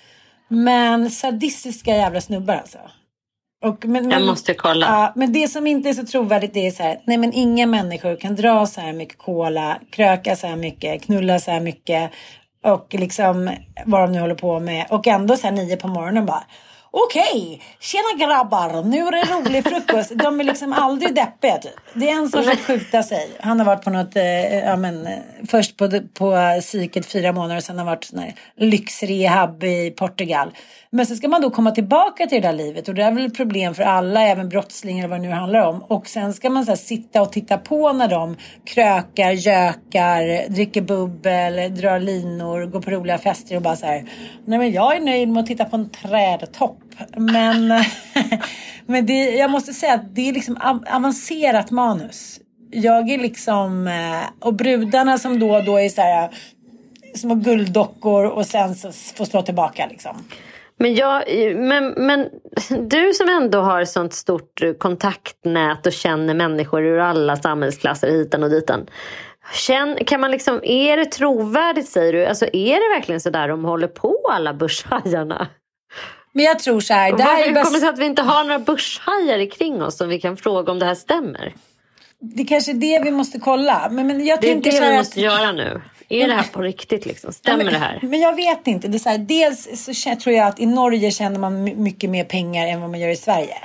Men sadistiska jävla snubbar alltså. Och, men, jag men, måste kolla. Ja, men det som inte är så trovärdigt är så här. Nej men inga människor kan dra så här mycket cola, kröka så här mycket, knulla så här mycket. Och liksom vad de nu håller på med. Och ändå så här nio på morgonen bara. Okej, okay, tjena grabbar, nu är det rolig frukost. De är liksom aldrig deppiga typ. Det är en som fått skjuta sig. Han har varit på något, eh, ja men först på, på psyket fyra månader. Och sen har varit sån här lyxrehab i Portugal. Men så ska man då komma tillbaka till det där livet. Och det är väl ett problem för alla, även brottslingar vad det nu handlar om. Och sen ska man så här sitta och titta på när de krökar, gökar, dricker bubbel, drar linor, går på roliga fester och bara så här. Nej men jag är nöjd med att titta på en trädtopp. Men, men det, jag måste säga att det är liksom avancerat manus. Jag är liksom, och brudarna som då och då är så här små gulddockor och sen så får slå tillbaka liksom. Men, jag, men, men du som ändå har sånt stort kontaktnät och känner människor ur alla samhällsklasser hitan och ditan. Känn, kan man liksom, är det trovärdigt säger du? Alltså är det verkligen så där de håller på alla börshajarna? Men jag tror så här. Det här Varför är bäst... kommer det sig att vi inte har några börshajar kring oss som vi kan fråga om det här stämmer? Det kanske är det vi måste kolla. Men, men jag det är tänker det så här vi att... måste göra nu. Är det här på riktigt liksom? Stämmer ja, men, det här? Men jag vet inte. Det är så här, dels så tror jag att i Norge tjänar man mycket mer pengar än vad man gör i Sverige.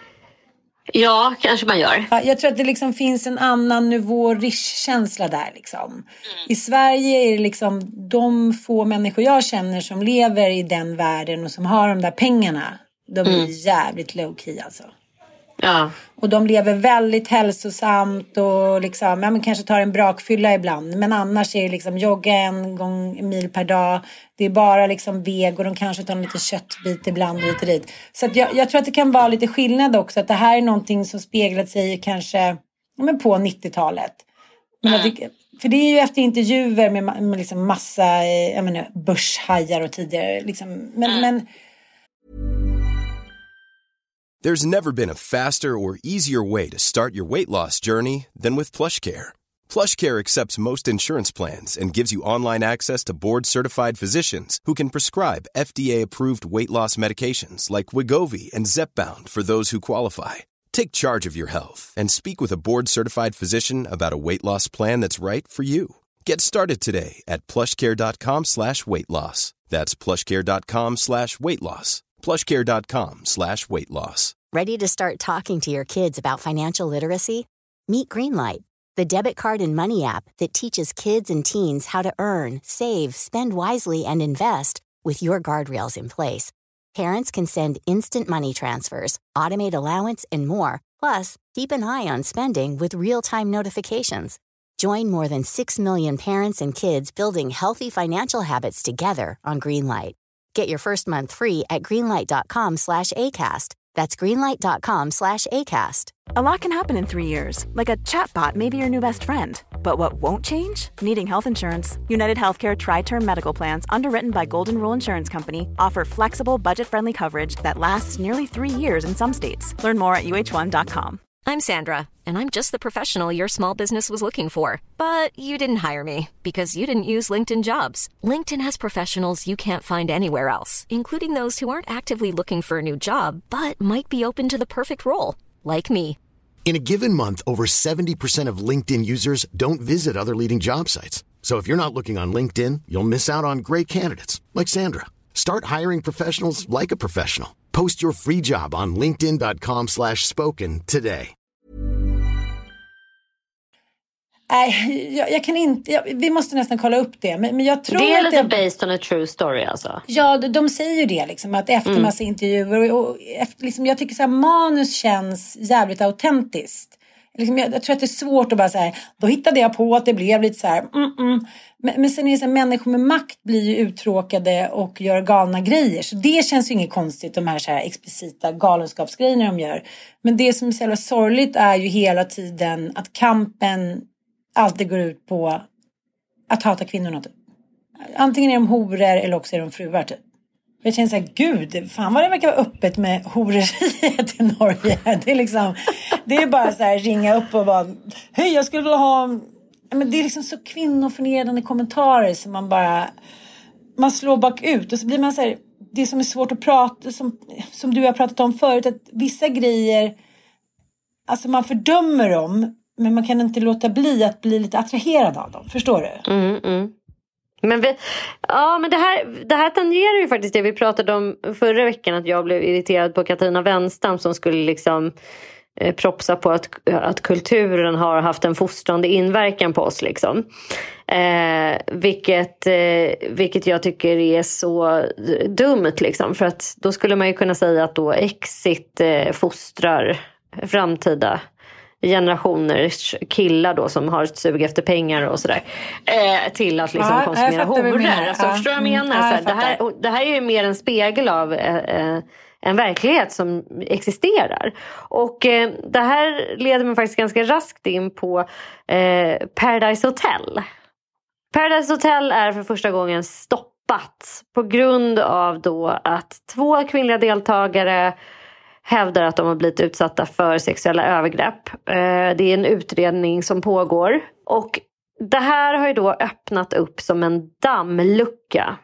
Ja, kanske man gör. Ja, jag tror att det liksom finns en annan nivå risk-känsla där liksom. Mm. I Sverige är det liksom de få människor jag känner som lever i den världen och som har de där pengarna. De är mm. jävligt low-key alltså. Ja. Och de lever väldigt hälsosamt och liksom, ja, men kanske tar en brakfylla ibland. Men annars är det liksom jogga en gång en mil per dag. Det är bara liksom veg och de kanske tar en lite köttbit ibland och lite dit. Så att jag, jag tror att det kan vara lite skillnad också. Att det här är någonting som speglat sig kanske ja, men på nittiotalet. Men mm. att det, för det är ju efter intervjuer med, med liksom massa jag menar, börshajar och tidigare. Liksom, men... Mm. men There's never been a faster or easier way to start your weight loss journey than with PlushCare. PlushCare accepts most insurance plans and gives you online access to board-certified physicians who can prescribe F D A-approved weight loss medications like Wegovy and Zepbound for those who qualify. Take charge of your health and speak with a board-certified physician about a weight loss plan that's right for you. Get started today at plushcare.com slash weight loss. That's plushcare.com slash weight loss. plushcare.com slash weight loss. Ready to start talking to your kids about financial literacy? Meet Greenlight, the debit card and money app that teaches kids and teens how to earn, save, spend wisely, and invest with your guardrails in place. Parents can send instant money transfers, automate allowance, and more. Plus, keep an eye on spending with real-time notifications. Join more than six million parents and kids building healthy financial habits together on Greenlight. Get your first month free at greenlight.com slash ACAST. That's greenlight.com slash ACAST. A lot can happen in three years, like a chatbot may be your new best friend. But what won't change? Needing health insurance. United Healthcare Tri-Term Medical Plans, underwritten by Golden Rule Insurance Company, offer flexible, budget-friendly coverage that lasts nearly three years in some states. Learn more at U H one dot com. I'm Sandra, and I'm just the professional your small business was looking for. But you didn't hire me because you didn't use LinkedIn Jobs. LinkedIn has professionals you can't find anywhere else, including those who aren't actively looking for a new job, but might be open to the perfect role, like me. In a given month, over seventy percent of LinkedIn users don't visit other leading job sites. So if you're not looking on LinkedIn, you'll miss out on great candidates like Sandra. Start hiring professionals like a professional. Post your free job on linkedin.com slash spoken today. Nej, jag, jag kan inte, jag, vi måste nästan kolla upp det. Men, men jag tror det är att lite jag, based on a true story alltså. Ja, de, de säger ju det liksom. Att efter mm. massa intervjuer och, och efter, liksom, jag tycker så här, manus känns jävligt autentiskt. Liksom, jag, jag tror att det är svårt att bara så här, då hittade jag på att det blev lite så här, mm, mm. Men, men sen är det så här, människor med makt blir ju uttråkade och gör galna grejer. Så det känns ju inget konstigt, de här, så här explicita galenskapsgrejerna de gör. Men det som är så jävla sorgligt är ju hela tiden att kampen alltid går ut på att hata kvinnorna typ. Antingen är de horor eller också är de fruar typ. Jag känner så här, gud, fan vad det verkar vara öppet med horeriet i Norge. Det är liksom, det är bara så här, ringa upp och bara, hej jag skulle vilja ha, men det är liksom så kvinnoförnedrande kommentarer som man bara, man slår bakut och så blir man så här, det som är svårt att prata, som, som du har pratat om förut, att vissa grejer, alltså man fördömer dem, men man kan inte låta bli att bli lite attraherad av dem, förstår du? Mm, mm. Men vi, ja, men det här, det här tangerar ju faktiskt det vi pratade om förra veckan, att jag blev irriterad på Katarina Wenstam som skulle liksom eh, propsa på att, att kulturen har haft en fostrande inverkan på oss liksom. Eh, vilket, eh, vilket jag tycker är så dumt liksom, för att då skulle man ju kunna säga att då Exit eh, fostrar framtida generationers killar då som har ett sug efter pengar och sådär eh, till att liksom ja, konsumera horor. Alltså, ja. Förstår du vad jag menar? Mm, ja, jag så här, det, här, det här är ju mer en spegel av eh, en verklighet som existerar. Och eh, det här leder mig faktiskt ganska raskt in på eh, Paradise Hotel. Paradise Hotel är för första gången stoppat på grund av då att två kvinnliga deltagare hävdar att de har blivit utsatta för sexuella övergrepp. Det är en utredning som pågår. Och det här har ju då öppnat upp som en dammlucka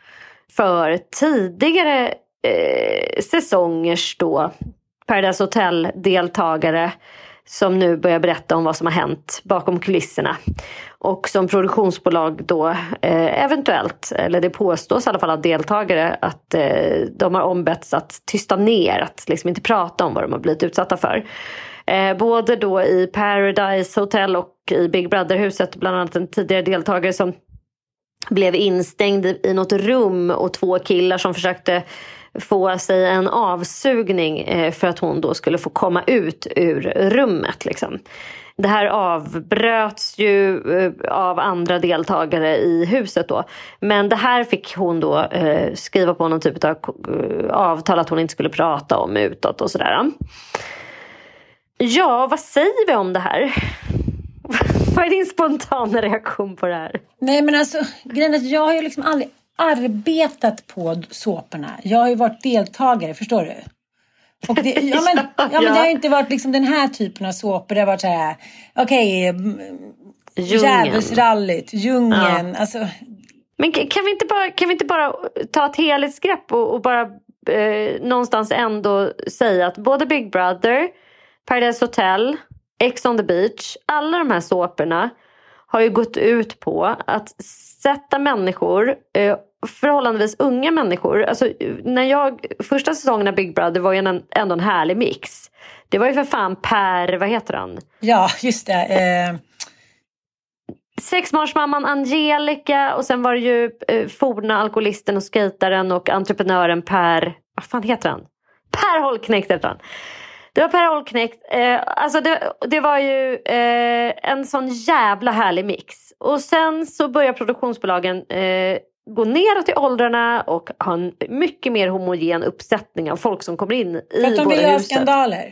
för tidigare eh, säsongers då Paradise Hotel-deltagare som nu börjar berätta om vad som har hänt bakom kulisserna. Och som produktionsbolag då eh, eventuellt, eller det påstås i alla fall av deltagare, att eh, de har ombetts att tysta ner, att liksom inte prata om vad de har blivit utsatta för. Eh, både då i Paradise Hotel och i Big Brother-huset, bland annat en tidigare deltagare som blev instängd i, i något rum och två killar som försökte få sig en avsugning eh, för att hon då skulle få komma ut ur rummet liksom. Det här avbröts ju eh, av andra deltagare i huset då. Men det här fick hon då eh, skriva på någon typ av eh, avtal att hon inte skulle prata om utåt och sådär. Ja, vad säger vi om det här? Vad är din spontana reaktion på det här? Nej, men alltså, grejen är att jag har ju liksom aldrig arbetat på såporna. Jag har ju varit deltagare, förstår du? Och det, ja, men, ja, men det har ju inte varit liksom den här typen av såpor. Det har varit så här, okej, okay, Djävulsrallyt, djungeln, ja. Alltså. Men kan vi inte bara, kan vi inte bara ta ett helhetsgrepp och, och bara eh, någonstans ändå säga att både Big Brother, Paradise Hotel, Ex on the Beach, alla de här såporna har ju gått ut på att sätta människor, eh, förhållandevis unga människor. Alltså, när jag, första säsongen av Big Brother var ju en, ändå en härlig mix. Det var ju för fan Per, vad heter han? Ja, just det. Eh... Sexbarnsmamman Angelica och sen var det ju eh, forna alkoholisten och skataren och entreprenören Per, vad fan heter han? Per Holknekt heter han. Det var Per Holknekt. Eh, alltså det, det var ju eh, en sån jävla härlig mix. Och sen så börjar produktionsbolagen eh, gå neråt i åldrarna och ha en mycket mer homogen uppsättning av folk som kommer in i båda huset. För att de vill ha skandaler.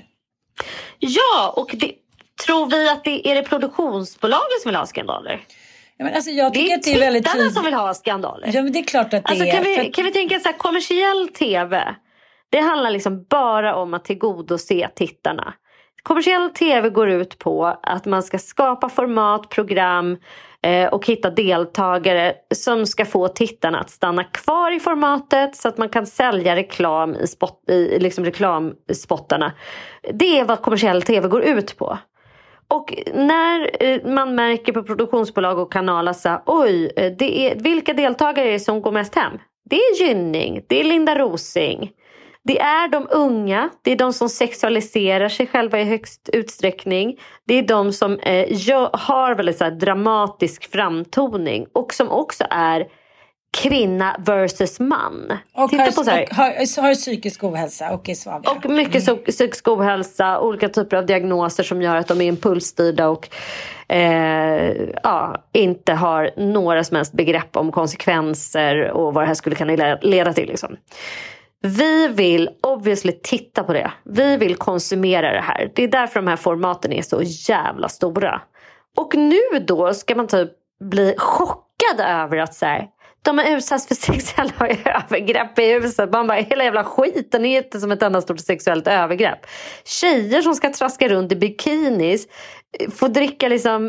Ja, och det, tror vi att det är det produktionsbolagen som vill ha skandaler? Ja, men alltså jag tycker det är att det är väldigt tittarna som vill ha skandaler. Ja, men det är klart att det alltså, är. Kan vi, för... kan vi tänka så här, kommersiell tv... Det handlar liksom bara om att tillgodose tittarna. Kommersiell tv går ut på att man ska skapa format, program eh, och hitta deltagare som ska få tittarna att stanna kvar i formatet så att man kan sälja reklam i, spot, i liksom reklamspottarna. Det är vad kommersiell tv går ut på. Och när eh, man märker på produktionsbolag och kanaler så oj, det är, vilka deltagare är det som går mest hem? Det är Gynning, det är Linda Rosing. Det är de unga, det är de som sexualiserar sig själva i högst utsträckning. Det är de som eh, gör, har väldigt så här dramatisk framtoning och som också är kvinna versus man. Och, Titta har, på så här. och har, har psykisk ohälsa och är svaga. Och mycket mm. psykisk ohälsa, olika typer av diagnoser som gör att de är impulsstyrda och eh, ja, inte har några som helst begrepp om konsekvenser och vad det här skulle kunna leda till. Liksom. Vi vill obviously titta på det. Vi vill konsumera det här. Det är därför de här formaten är så jävla stora. Och nu då ska man typ bli chockad över att så här, de har utsatts för sexuella övergrepp i huset. Man bara, hela jävla skiten är inte som ett enda stort sexuellt övergrepp. Tjejer som ska traska runt i bikinis får dricka liksom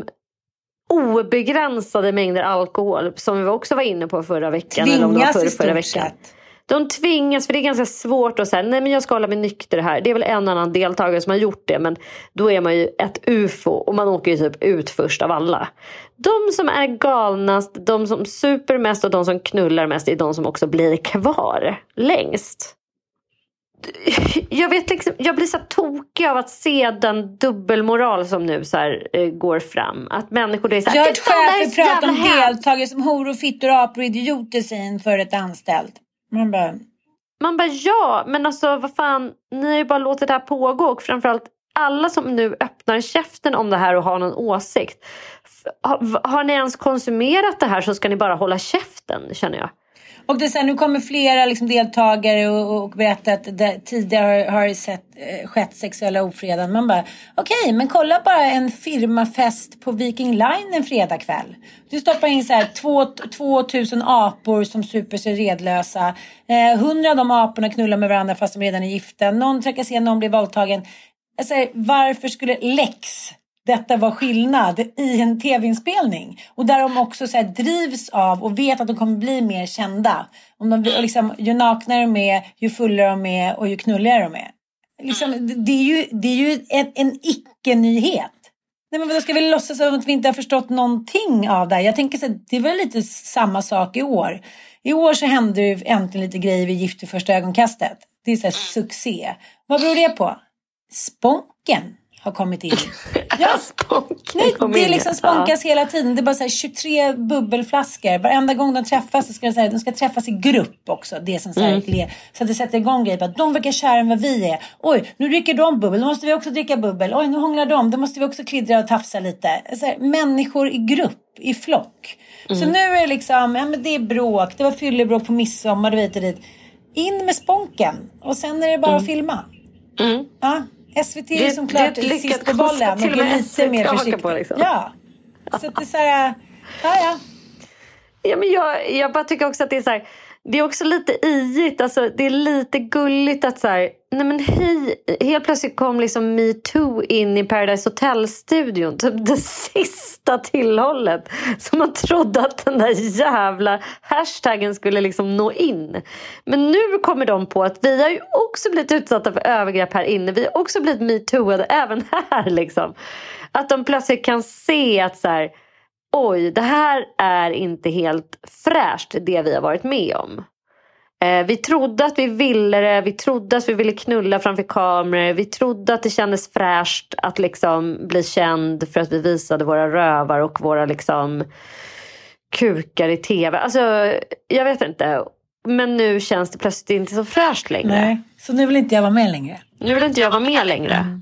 obegränsade mängder alkohol, som vi också var inne på förra veckan. Tvingas eller om det var förra, i stort förra veckan. Sätt. De tvingas, för det är ganska svårt att säga, nej men jag ska hålla mig nykter här. Det är väl en annan deltagare som har gjort det, men då är man ju ett U F O och man åker ju typ ut först av alla. De som är galnast, de som super mest och de som knullar mest är de som också blir kvar längst. Jag vet liksom, jag blir så tokig av att se den dubbelmoral som nu så här, eh, går fram. Att människor är så här, jag har ett chefer pratar om här. deltagare som horor, fittor, apor och idioter sin för ett anställd. Man bara... Man bara, ja, men alltså vad fan, ni har ju bara låtit det här pågå. Och framförallt alla som nu öppnar käften om det här och har någon åsikt. Har, har ni ens konsumerat det här så ska ni bara hålla käften, känner jag. Och det är så här, nu kommer flera liksom deltagare och, och berättar att det tidigare har sett, eh, skett sexuella ofredan. Man bara, okej, okay, men kolla bara en firmafest på Viking Line en fredagkväll. Du stoppar in så här två, tvåtusen apor som super sig redlösa. Eh, hundra av de aporna knullar med varandra fast de redan är gifta. Någon trakasserar, någon blir våldtagen. Alltså, varför skulle Lex... detta var skillnad i en tv-inspelning. Och där de också så här drivs av och vet att de kommer bli mer kända. Om de blir, liksom, ju naknare de är, ju fullare de är och ju knulligare de är. Liksom, det är ju, det är ju en, en icke-nyhet. Nej, men då ska vi låtsas som att vi inte har förstått någonting av det här. Jag tänker så här, det är väl lite samma sak i år. I år så hände det äntligen lite grejer vid Gift i första ögonkastet. Det är så här succé. Vad beror det på? Sponken har kommit in. Ja, nej, det är liksom spånkas ja. Hela tiden. Det är bara så här tjugotre bubbelflaskor. Varenda gång de träffas så ska de, så här, de ska träffas i grupp också. Det som så, här, mm. så att det sätter igång grejer. Att de verkar kära än vad vi är. Oj, nu dricker de bubbel. Då måste vi också dricka bubbel. Oj, nu hånglar de. Då måste vi också kliddra och tafsa lite. Så här, människor i grupp, i flock. Mm. Så nu är det liksom, ja men det är bråk. Det var fyllebråk på midsommar, du vet och dit. In med sponken. Och sen är det bara mm. att filma. Mm. Ja. S V T det, är som klart är sist på bollen och är lite mer försiktigt. På, liksom. Ja, så att det är så här, ja ja. Ja, men jag, jag bara tycker också att det är så här, det är också lite iigt, alltså det är lite gulligt att så här, nej men hej, helt plötsligt kom liksom Me Too in i Paradise Hotel-studion, typ det sista tillhållet, som man trodde att den där jävla hashtaggen skulle liksom nå in. Men nu kommer de på att vi har ju också blivit utsatta för övergrepp här inne, vi har också blivit Me Tooade även här liksom. Att de plötsligt kan se att så här, oj, det här är inte helt fräscht det vi har varit med om. Eh, vi trodde att vi ville det, vi trodde att vi ville knulla framför kameror, vi trodde att det kändes fräscht att liksom bli känd för att vi visade våra rövar och våra liksom kukar i tv. Alltså, jag vet inte. Men nu känns det plötsligt inte så fräscht längre. Nej, så nu vill inte jag vara med längre. Nu vill inte jag vara med längre. Mm.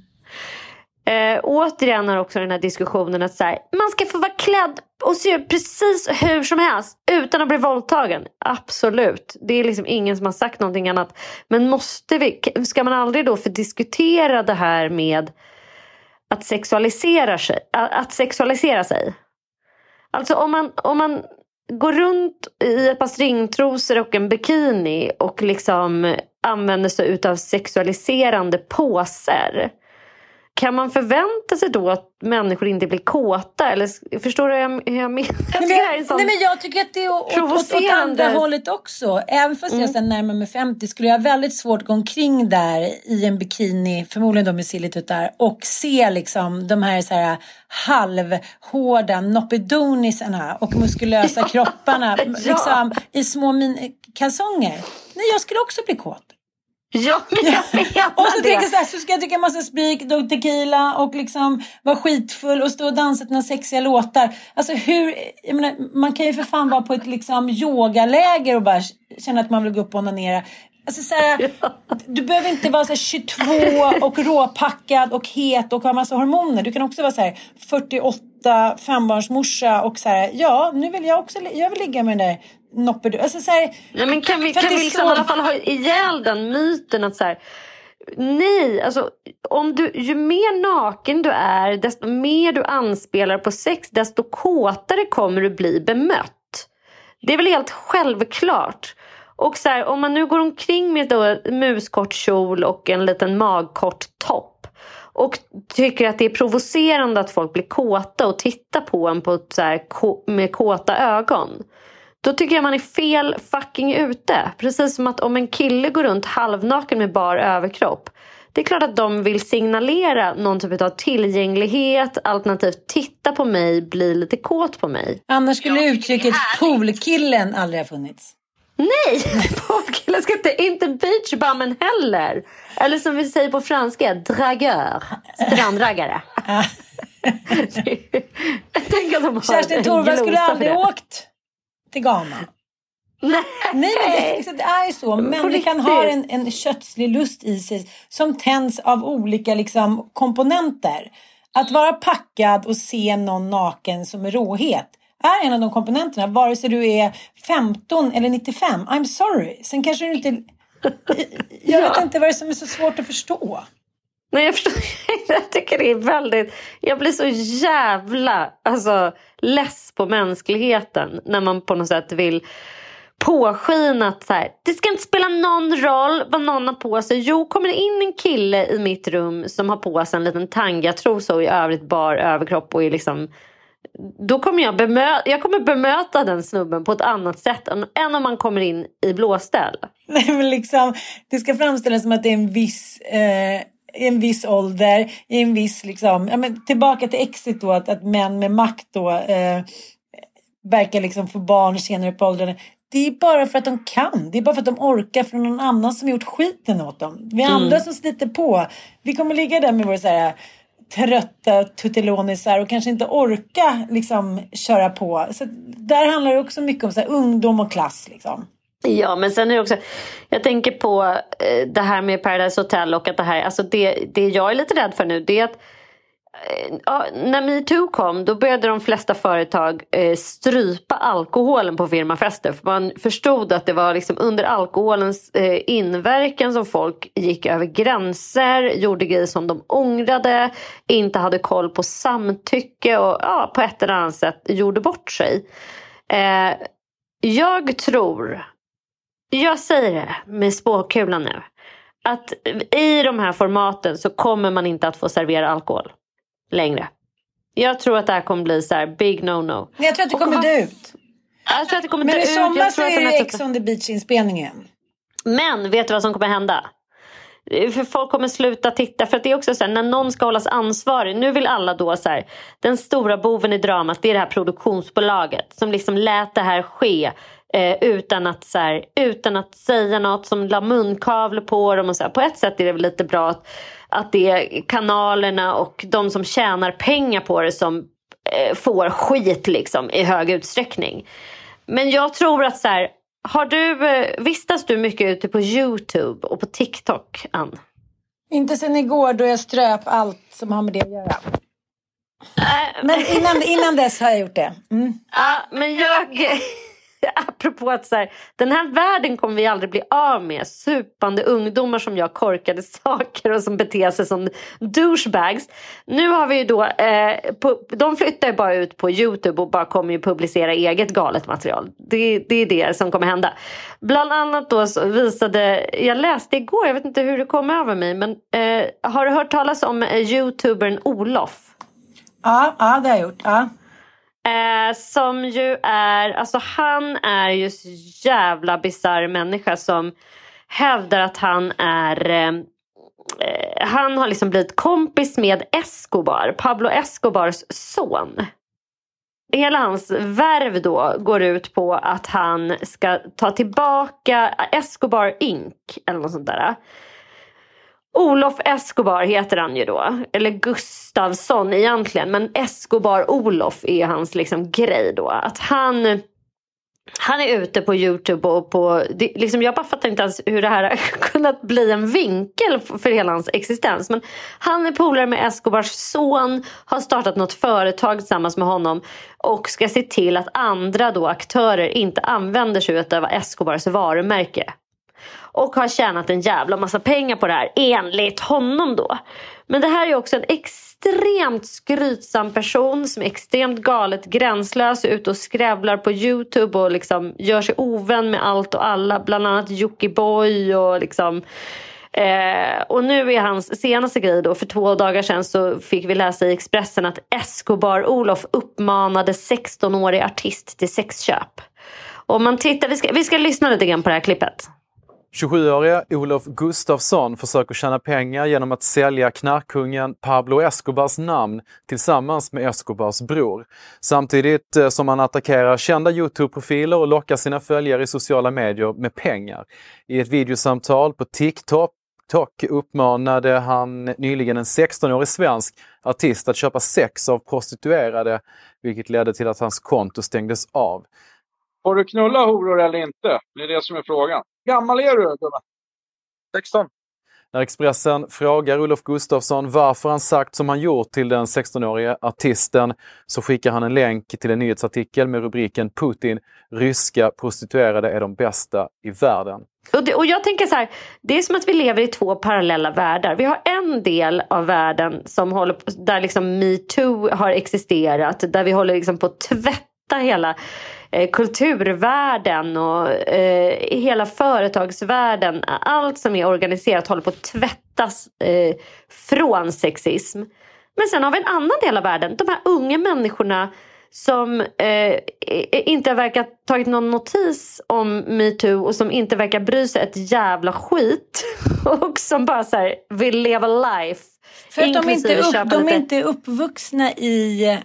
Eh, återigen har också den här diskussionen att så här, man ska få vara klädd och se precis hur som helst utan att bli våldtagen. Absolut, det är liksom ingen som har sagt någonting annat. Men måste vi, ska man aldrig då få diskutera det här med att sexualisera sig, att sexualisera sig? Alltså om man, om man går runt i ett par stringtrosor och en bikini och liksom använder sig utav sexualiserande påser, kan man förvänta sig då att människor inte blir kåta? Eller förstår du hur jag, hur jag menar? Nej, men, nej, men jag tycker att det är åt, åt, åt andra hållet också. Även fast mm. jag sedan närmar mig femtio skulle jag ha väldigt svårt att gå omkring där i en bikini, förmodligen de är silligt där, och se liksom de här, så här halvhårda noppidonisarna och muskulösa ja. kropparna ja. liksom i små min- kalsonger. Nej, jag skulle också bli kåt. Ja, men jag menar Och så det. tänker jag så här, så ska jag dricka massa sprit och tequila och liksom vara skitfull och stå och dansa till några sexiga låtar. Alltså hur, jag menar, man kan ju för fan vara på ett liksom yogaläger och bara känna att man vill gå upp och onanera. Alltså så här, ja. Du behöver inte vara så här tjugotvå och råpackad och het och ha massa hormoner. Du kan också vara så här fyrtioåtta, fembarnsmorsa och så här, ja, nu vill jag också, jag vill ligga med den där nopper. Alltså så här, ja, men kan vi, kan vi liksom så... i alla fall ha ihjäl den myten att så här, nej, alltså om du, ju mer naken du är, desto mer du anspelar på sex, desto kåtare kommer du bli bemött. Det är väl helt självklart. Och så här, om man nu går omkring med då muskort kjol och en liten magkort topp och tycker att det är provocerande att folk blir kåta och tittar på en på så här, med kåta ögon, då tycker jag man är fel fucking ute. Precis som att om en kille går runt halvnaken med bar överkropp, det är klart att de vill signalera någon typ av tillgänglighet, alternativt titta på mig, bli lite kåt på mig. Annars skulle uttrycket poolkillen aldrig ha funnits. Nej, poolkillen ska inte, inte beachbummen heller. Eller som vi säger på franska, dragör, strandraggare. Jag tänker att de har Kerstin Thorvald skulle aldrig åkt till Ghana. Nej, Nej, men det, det är så. Människan har en, en kötslig lust i sig som tänds av olika liksom, komponenter. Att vara packad och se någon naken som är råhet är en av de komponenterna. Vare sig du är femton eller nittiofem. I'm sorry. Sen kanske du inte... Jag vet ja. inte vad det är som är så svårt att förstå. Nej, jag förstår. Jag tycker det är väldigt... Jag blir så jävla alltså, less på mänskligheten när man på något sätt vill påskina att så här, det ska inte spela någon roll vad någon har på sig. Jo, kommer det in en kille i mitt rum som har på sig en liten tangatrosa och i övrigt bar överkropp och är liksom... Då kommer jag bemöta, jag kommer bemöta den snubben på ett annat sätt än, än om man kommer in i blåställ. Nej, men liksom, det ska framställas som att det är en viss... Eh... i en viss ålder, i en viss liksom, ja, men tillbaka till exit då, att, att män med makt då eh, verkar liksom få barn senare på åldern. Det är bara för att de kan, det är bara för att de orkar från någon annan som gjort skiten åt dem. Vi mm. andra som sliter på, vi kommer ligga där med våra så här trötta tuttelonisar och kanske inte orka liksom köra på. Så där handlar det också mycket om så här, ungdom och klass liksom. Ja, men sen är det också, jag tänker på eh, det här med Paradise Hotel och att det här, alltså det, det jag är lite rädd för nu, det är att eh, ja, när MeToo kom, då började de flesta företag eh, strypa alkoholen på firmafester, för man förstod att det var liksom under alkoholens eh, inverkan som folk gick över gränser, gjorde grejer som de ångrade, inte hade koll på samtycke och ja, på ett eller annat sätt gjorde bort sig. Eh, jag tror... Jag säger det med spåkulan nu, att i de här formaten så kommer man inte att få servera alkohol längre. Jag tror att det här kommer bli så här big no-no. Jag tror att det kommer dö ut. Jag tror att det kommer Men dö i ut. sommar så är det Ex on the Beach-inspelningen. Men vet du vad som kommer hända? För folk kommer sluta titta. För att det är också så här, när någon ska hållas ansvarig. Nu vill alla då så här, den stora boven i dramat, det är det här produktionsbolaget som liksom lät det här ske. Eh, utan, att, så här, utan att säga något, som la munkavle på dem och så här. På ett sätt är det väl lite bra att, att det är kanalerna och de som tjänar pengar på det som eh, får skit liksom, i hög utsträckning. Men jag tror att så här, har du, eh, vistas du mycket ute på YouTube och på TikTok, Ann? Inte sen igår då jag ströp allt som har med det att göra. Äh, men innan, innan dess har jag gjort det. Mm. Ja, men jag... Apropå att så här, den här världen kommer vi aldrig bli av med. Supande ungdomar som gör korkade saker och som beter sig som douchebags. Nu har vi ju då eh, på, de flyttar ju bara ut på YouTube och bara kommer ju publicera eget galet material. Det, det är det som kommer hända. Bland annat då så visade, jag läste igår, jag vet inte hur det kom över mig, men eh, har du hört talas om eh, YouTubern Olof? Ja, ja, det har jag gjort, ja. Eh, som ju är, alltså han är ju så jävla bizarr människa som hävdar att han är eh, han har liksom blivit kompis med Escobar, Pablo Escobars son. hela hans värv då går ut på att han ska ta tillbaka Escobar Incorporated eller något sånt där. Olof Escobar heter han ju då. Eller Gustafsson egentligen. Men Escobar Olof är hans liksom grej då. Att han... Han är ute på YouTube och på... Det, liksom jag bara fattar inte ens hur det här har kunnat bli en vinkel för, för hela hans existens. Men han är polare med Escobars son. Har startat något företag tillsammans med honom. Och ska se till att andra då aktörer inte använder sig av Escobars varumärke. Och har tjänat en jävla massa pengar på det här. Enligt honom då. Men det här är också en extremt skrytsam person. Som är extremt galet gränslös. Ute och skrävlar på YouTube. Och liksom gör sig ovän med allt och alla. Bland annat Jockiboi och liksom... Eh, och nu är hans senaste grej då. För två dagar sedan så fick vi läsa i Expressen. Att Escobar Olof uppmanade sexton-årig artist till sexköp. Och man tittar... Vi ska, vi ska lyssna lite grann på det här klippet. tjugosjuåriga Olof Gustafsson försöker tjäna pengar genom att sälja knarkkungen Pablo Escobars namn tillsammans med Escobars bror. Samtidigt som han attackerar kända YouTube-profiler och lockar sina följare i sociala medier med pengar. I ett videosamtal på TikTok uppmanade han nyligen en sexton-årig svensk artist att köpa sex av prostituerade, vilket ledde till att hans konto stängdes av. Får du knulla horor eller inte? Det är det som är frågan. Gammal är du, gubben? sexton. När Expressen frågar Olof Gustafsson varför han sagt som han gjort till den sexton-åriga artisten så skickar han en länk till en nyhetsartikel med rubriken Putin, ryska prostituerade är de bästa i världen. Och, det, och jag tänker så här, det är som att vi lever i två parallella världar. Vi har en del av världen som håller på, där liksom Me Too har existerat, där vi håller liksom på att tvätta hela eh, kulturvärlden och eh, hela företagsvärlden. Allt som är organiserat håller på att tvättas eh, från sexism. Men sen har vi en annan del av världen, de här unga människorna som eh, inte verkar tagit någon notis om MeToo och som inte verkar bry sig ett jävla skit och som bara så här vill leva life. För att de inte, upp, de är inte uppvuxna i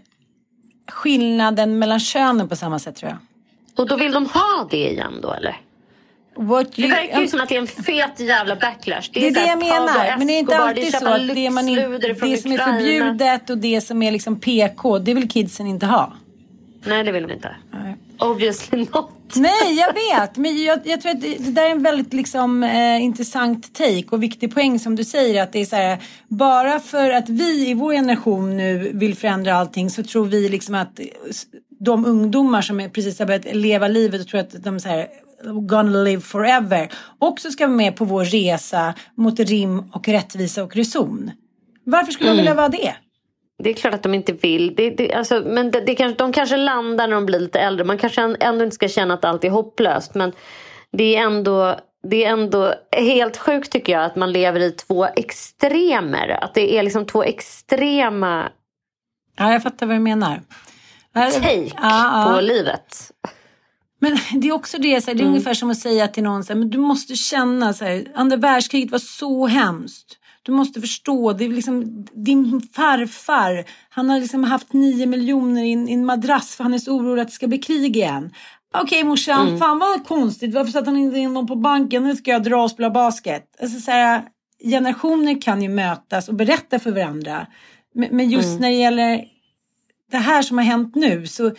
skillnaden mellan könen på samma sätt, tror jag. Och då vill de ha det igen då, eller? What det verkar ju um, som att det är en fet jävla backlash. Det är det, det jag menar. Men det är inte alltid så att det, man in, det som är förbjudet och det som är liksom P K, det vill kidsen inte ha. Nej, det vill de inte. Nej. Obviously not. Nej, jag vet. Men jag, jag tror att det, det där är en väldigt liksom, eh, intressant take och viktig poäng som du säger. Att det är så här, bara för att vi i vår generation nu vill förändra allting så tror vi liksom att de ungdomar som är precis har börjat leva livet och tror att de så här, gonna live forever också ska vara med på vår resa mot rim och rättvisa och reson. Varför skulle mm. de vilja vara det? Det är klart att de inte vill. Det, det, alltså, men det, det kanske, de kanske landar när de blir lite äldre. Man kanske ändå inte ska känna att allt är hopplöst. Men det är ändå, det är ändå helt sjukt tycker jag att man lever i två extremer. Att det är liksom två extrema... Ja, jag fattar vad du menar. Take ja, på ja. livet. Men det är också det, så här, det är mm. ungefär som att säga till någon så här, men du måste känna så här, andra världskriget var så hemskt. Du måste förstå, det är liksom din farfar, han har liksom haft nio miljoner i en, i en madrass för han är så orolig att det ska bli krig igen. Okej okay, morsan, mm. fan vad konstigt, varför satt han inte in någon på banken, nu ska jag dra och spela basket. Alltså så här, generationer kan ju mötas och berätta för varandra. Men, men just mm. när det gäller det här som har hänt nu så...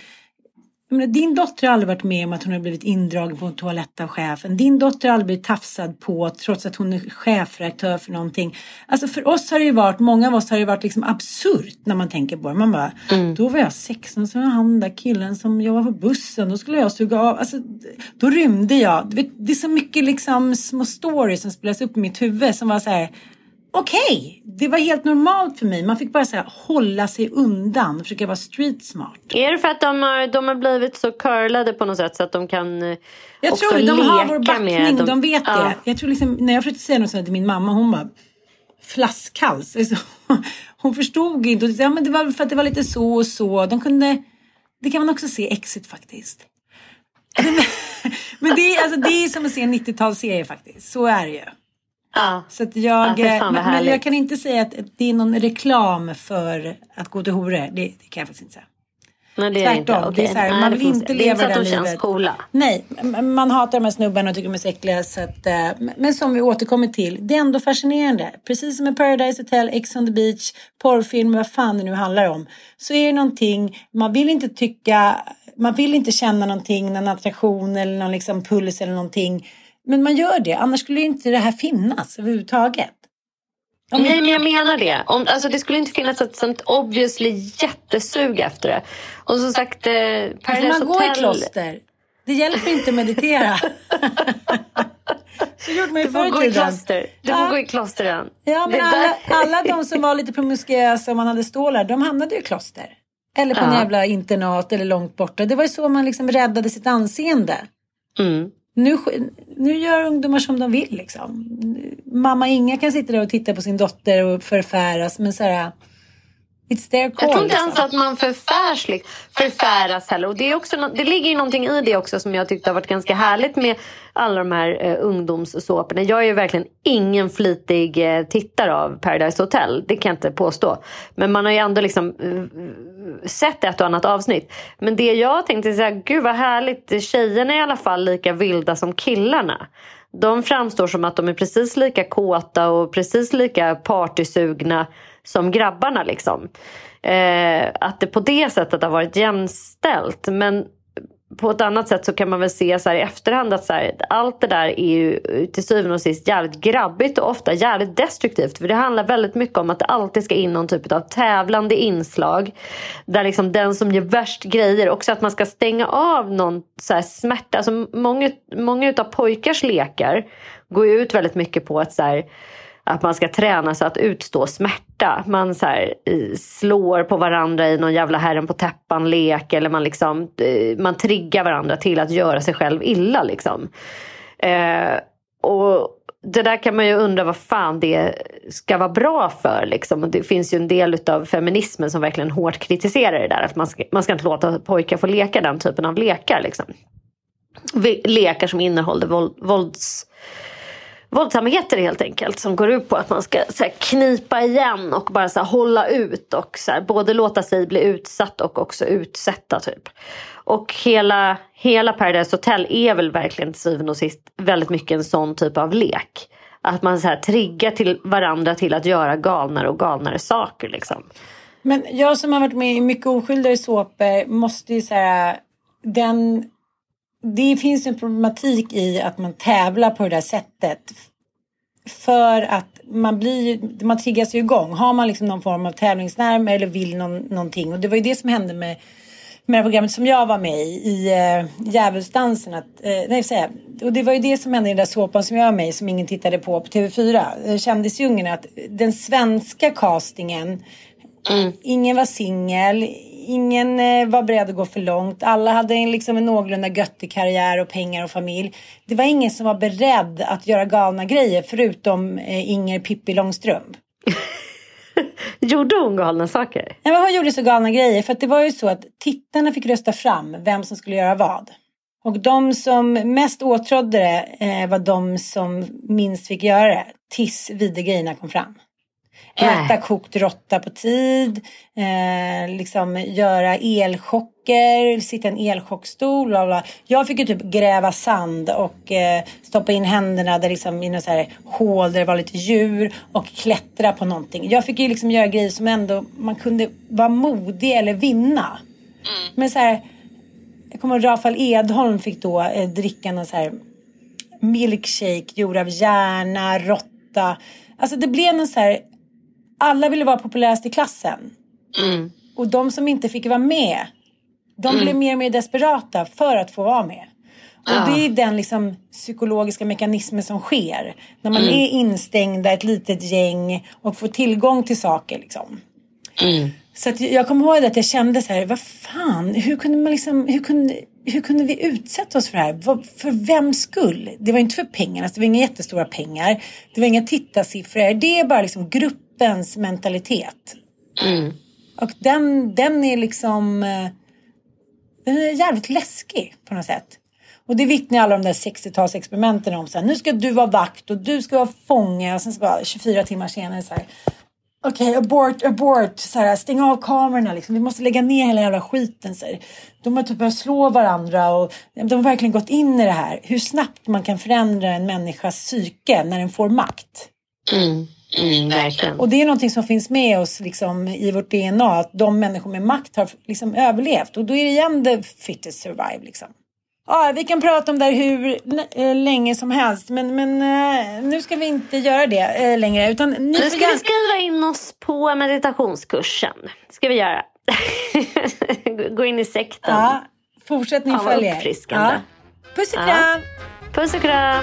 Men din dotter har aldrig varit med om att hon har blivit indragen på en toalett av chefen. Din dotter har aldrig blivit tafsad på trots att hon är chefredaktör för någonting. Alltså för oss har det ju varit, många av oss har det varit liksom absurt när man tänker på det. Man bara, mm. då var jag sexton så var han där killen som jag var på bussen. Då skulle jag suga av. Alltså, då rymde jag. Det är så mycket liksom små stories som spelas upp i mitt huvud som var så här... Okej, okay, det var helt normalt för mig. Man fick bara så här, hålla sig undan och försöka vara street smart. Är det för att de har, de har blivit så curlade på något sätt så att de kan jag också tror de har vår backning, de, de vet ja. det. Jag tror liksom, när jag försökte säga något sånt till min mamma, hon bara flaskhals. Alltså, hon förstod inte. Och, ja, men det var för att det var lite så och så. De kunde, det kan man också se Exit faktiskt. Men det är, alltså, det är som att se en nittiotalsserie faktiskt. Så är det ju. Ja. Så att jag, ja, men, men jag kan inte säga att det är någon reklam för att gå till horor. Det, det kan jag faktiskt inte säga. Nej, det är Tvärtom. inte. Okay. Det är så här, Nej, man vill inte leva det, det det livet. livet. Känns coola. Nej, man hatar de här snubbarna och tycker de är säckliga. Så att, men som vi återkommer till, det är ändå fascinerande. Precis som med Paradise Hotel, Ex on the Beach, porrfilm, vad fan det nu handlar om. Så är det någonting, man vill inte tycka, man vill inte känna någonting, någon attraktion eller någon liksom puls eller någonting. Men man gör det, annars skulle inte det här finnas överhuvudtaget. Om Nej, men jag menar det. Om, alltså, det skulle inte finnas ett sånt obviously jättesug efter det. Och som sagt, eh, Paradise man går Hotel... i kloster. Det hjälper inte att meditera. Så gjorde man ju du får gå i kloster. Du får ja. gå i kloster än. Ja, men alla, alla de som var lite promiskuösa och man hade stålar, de hamnade ju i kloster. Eller på ja. en jävla internat eller långt borta. Det var ju så man liksom räddade sitt anseende. Mm. Nu, nu gör ungdomar som de vill liksom. Mamma Inga kan sitta där och titta på sin dotter och förfäras. Men så här, it's their call. Jag tror inte liksom. ens att man förfärs, förfäras heller. Och det, är också, det ligger ju någonting i det också som jag tyckte har varit ganska härligt med alla de här eh, ungdomssåporna. Jag är ju verkligen ingen flitig eh, tittare av Paradise Hotel. Det kan jag inte påstå. Men man har ju ändå liksom eh, sett ett och annat avsnitt. Men det jag tänkte säga, gud vad härligt. Tjejerna är i alla fall lika vilda som killarna. De framstår som att de är precis lika kåta och precis lika partysugna som grabbarna liksom. Eh, att det på det sättet har varit jämställt. Men på ett annat sätt så kan man väl se så här i efterhand att så här, allt det där är ju till syvende och sist jävligt grabbigt och ofta jävligt destruktivt. För det handlar väldigt mycket om att det alltid ska in någon typ av tävlande inslag. Där liksom den som gör värst grejer. Också att man ska stänga av någon så här smärta. Alltså många, många utav pojkars lekar går ju ut väldigt mycket på att så här, att man ska träna sig att utstå smärta. Man så här, slår på varandra i någon jävla herren på täppan lek. Eller man, liksom, man triggar varandra till att göra sig själv illa. Liksom. Eh, och det där kan man ju undra vad fan det ska vara bra för. Liksom. Och det finns ju en del av feminismen som verkligen hårt kritiserar det där. Att man ska, man ska inte låta pojkar få leka den typen av lekar. Liksom. Lekar som innehåller våld, vålds... våldsamheter helt enkelt som går ut på att man ska så här, knipa igen och bara så här, hålla ut och så här, både låta sig bli utsatt och också utsätta typ. Och hela, hela Paradise Hotel är väl verkligen till syvende och sist väldigt mycket en sån typ av lek. Att man så här, triggar till varandra till att göra galnare och galnare saker liksom. Men jag som har varit med i mycket oskyldigare såpor måste ju säga den... Det finns en problematik i att man tävlar på det där sättet. För att man blir, man triggas ju igång. Har man liksom någon form av tävlingsnärme eller vill någon, någonting. Och det var ju det som hände med, med det programmet som jag var med i. I uh, Djävulsdansen. Att, uh, nej, säga. Och det var ju det som hände i den där såpan som jag var med i. Som ingen tittade på på T V fyra. Uh, Kändisdjungeln. Att den svenska castingen. Mm. Ingen var singel. Ingen eh, var beredd att gå för långt. Alla hade en, liksom en någorlunda göttig karriär och pengar och familj. Det var ingen som var beredd att göra galna grejer förutom eh, Inger Pippi Långstrump. Gjorde hon galna saker? Ja, men hon gjorde så galna grejer. För att det var ju så att tittarna fick rösta fram vem som skulle göra vad. Och de som mest åtrådde det eh, var de som minst fick göra det. Tills videogrejerna kom fram. Äta Nej. kokt råtta på tid. Eh, liksom göra elchocker. Sitta i en elchockstol. Bla bla. Jag fick ju typ gräva sand. Och eh, stoppa in händerna där liksom, i något så här hål där det var lite djur. Och klättra på någonting. Jag fick ju liksom göra grejer som ändå man kunde vara modig eller vinna. Mm. Men så här. Jag kommer ihåg Rafael Edholm fick då eh, dricka någon så här milkshake. Gjord av hjärna, råtta. Alltså det blev någon så här. Alla ville vara populärast i klassen. Mm. Och de som inte fick vara med. De mm. blev mer och mer desperata för att få vara med. Och ja. det är den liksom psykologiska mekanismen som sker. När man mm. är instängda ett litet gäng. Och får tillgång till saker liksom. Mm. Så att jag kommer ihåg att jag kände så här. Vad fan, hur kunde man liksom. Hur kunde, hur kunde vi utsätta oss för det här? För vem skull? Det var inte för pengarna. Det var inga jättestora pengar. Det var inga tittarsiffror. Det är bara liksom grupp. Mentalitet. Mm. Och den, den är liksom den är jävligt läskig på något sätt. Och det vittnar alla de där sextiotalsexperimenten om. Så här, nu ska du vara vakt och du ska vara fånge. Och sen ska vara tjugofyra timmar senare så här. okej, okay, abort, abort, så här, stäng av kamerorna liksom. Vi måste lägga ner hela jävla skiten, så här. De har typ börjat slå varandra och de har verkligen gått in i det här. Hur snabbt man kan förändra en människas psyke när den får makt. Mm, mm, verkligen. Och det är någonting som finns med oss liksom, i vårt D N A, att de människor med makt har liksom överlevt. Och då är det igen the fittest survive liksom. Ja, vi kan prata om det här hur äh, länge som helst. Men, men äh, nu ska vi inte göra det äh, längre. Utan nu nu ska jag... vi skriva in oss på meditationskursen. Ska vi göra. Gå in i sekten. Ja, fortsättning ja, följer. Uppfriskande. Ja. Puss och kram. Ja. Puss och kram.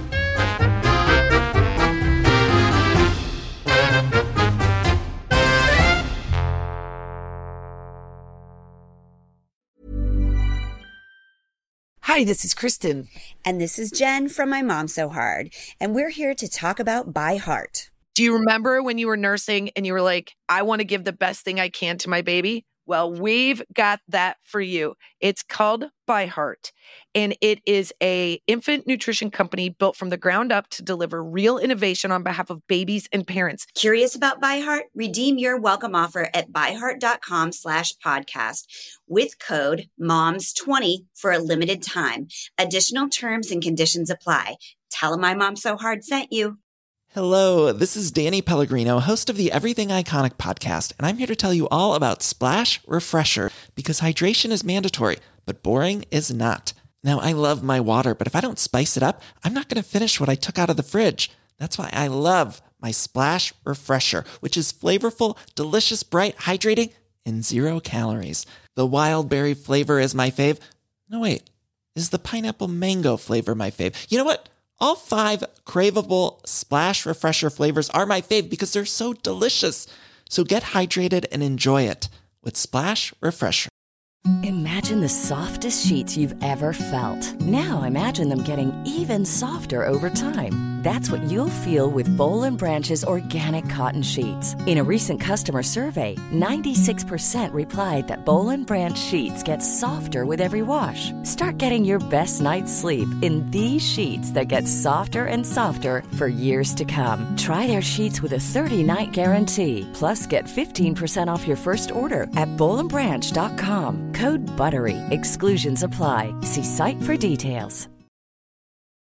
Hi, this is Kristen. And this is Jen from My Mom So Hard. And we're here to talk about By Heart. Do you remember when you were nursing and you were like, I want to give the best thing I can to my baby? Well, we've got that for you. It's called By Heart, and it is a infant nutrition company built from the ground up to deliver real innovation on behalf of babies and parents. Curious about By Heart? Redeem your welcome offer at byheart.com slash podcast with code moms twenty for a limited time. Additional terms and conditions apply. Tell them My Mom So Hard sent you. Hello, this is Danny Pellegrino, host of the Everything Iconic podcast, and I'm here to tell you all about Splash Refresher, because hydration is mandatory, but boring is not. Now, I love my water, but if I don't spice it up, I'm not going to finish what I took out of the fridge. That's why I love my Splash Refresher, which is flavorful, delicious, bright, hydrating, and zero calories. The wild berry flavor is my fave. No, wait, is the pineapple mango flavor my fave? You know what? All five craveable Splash Refresher flavors are my fave because they're so delicious. So get hydrated and enjoy it with Splash Refresher. Imagine the softest sheets you've ever felt. Now imagine them getting even softer over time. That's what you'll feel with Boll and Branch's organic cotton sheets. In a recent customer survey, ninety-six percent replied that Boll and Branch sheets get softer with every wash. Start getting your best night's sleep in these sheets that get softer and softer for years to come. Try their sheets with a thirty-night guarantee. Plus, get fifteen percent off your first order at boll and branch dot com. Code BUTTERY. Exclusions apply. See site for details.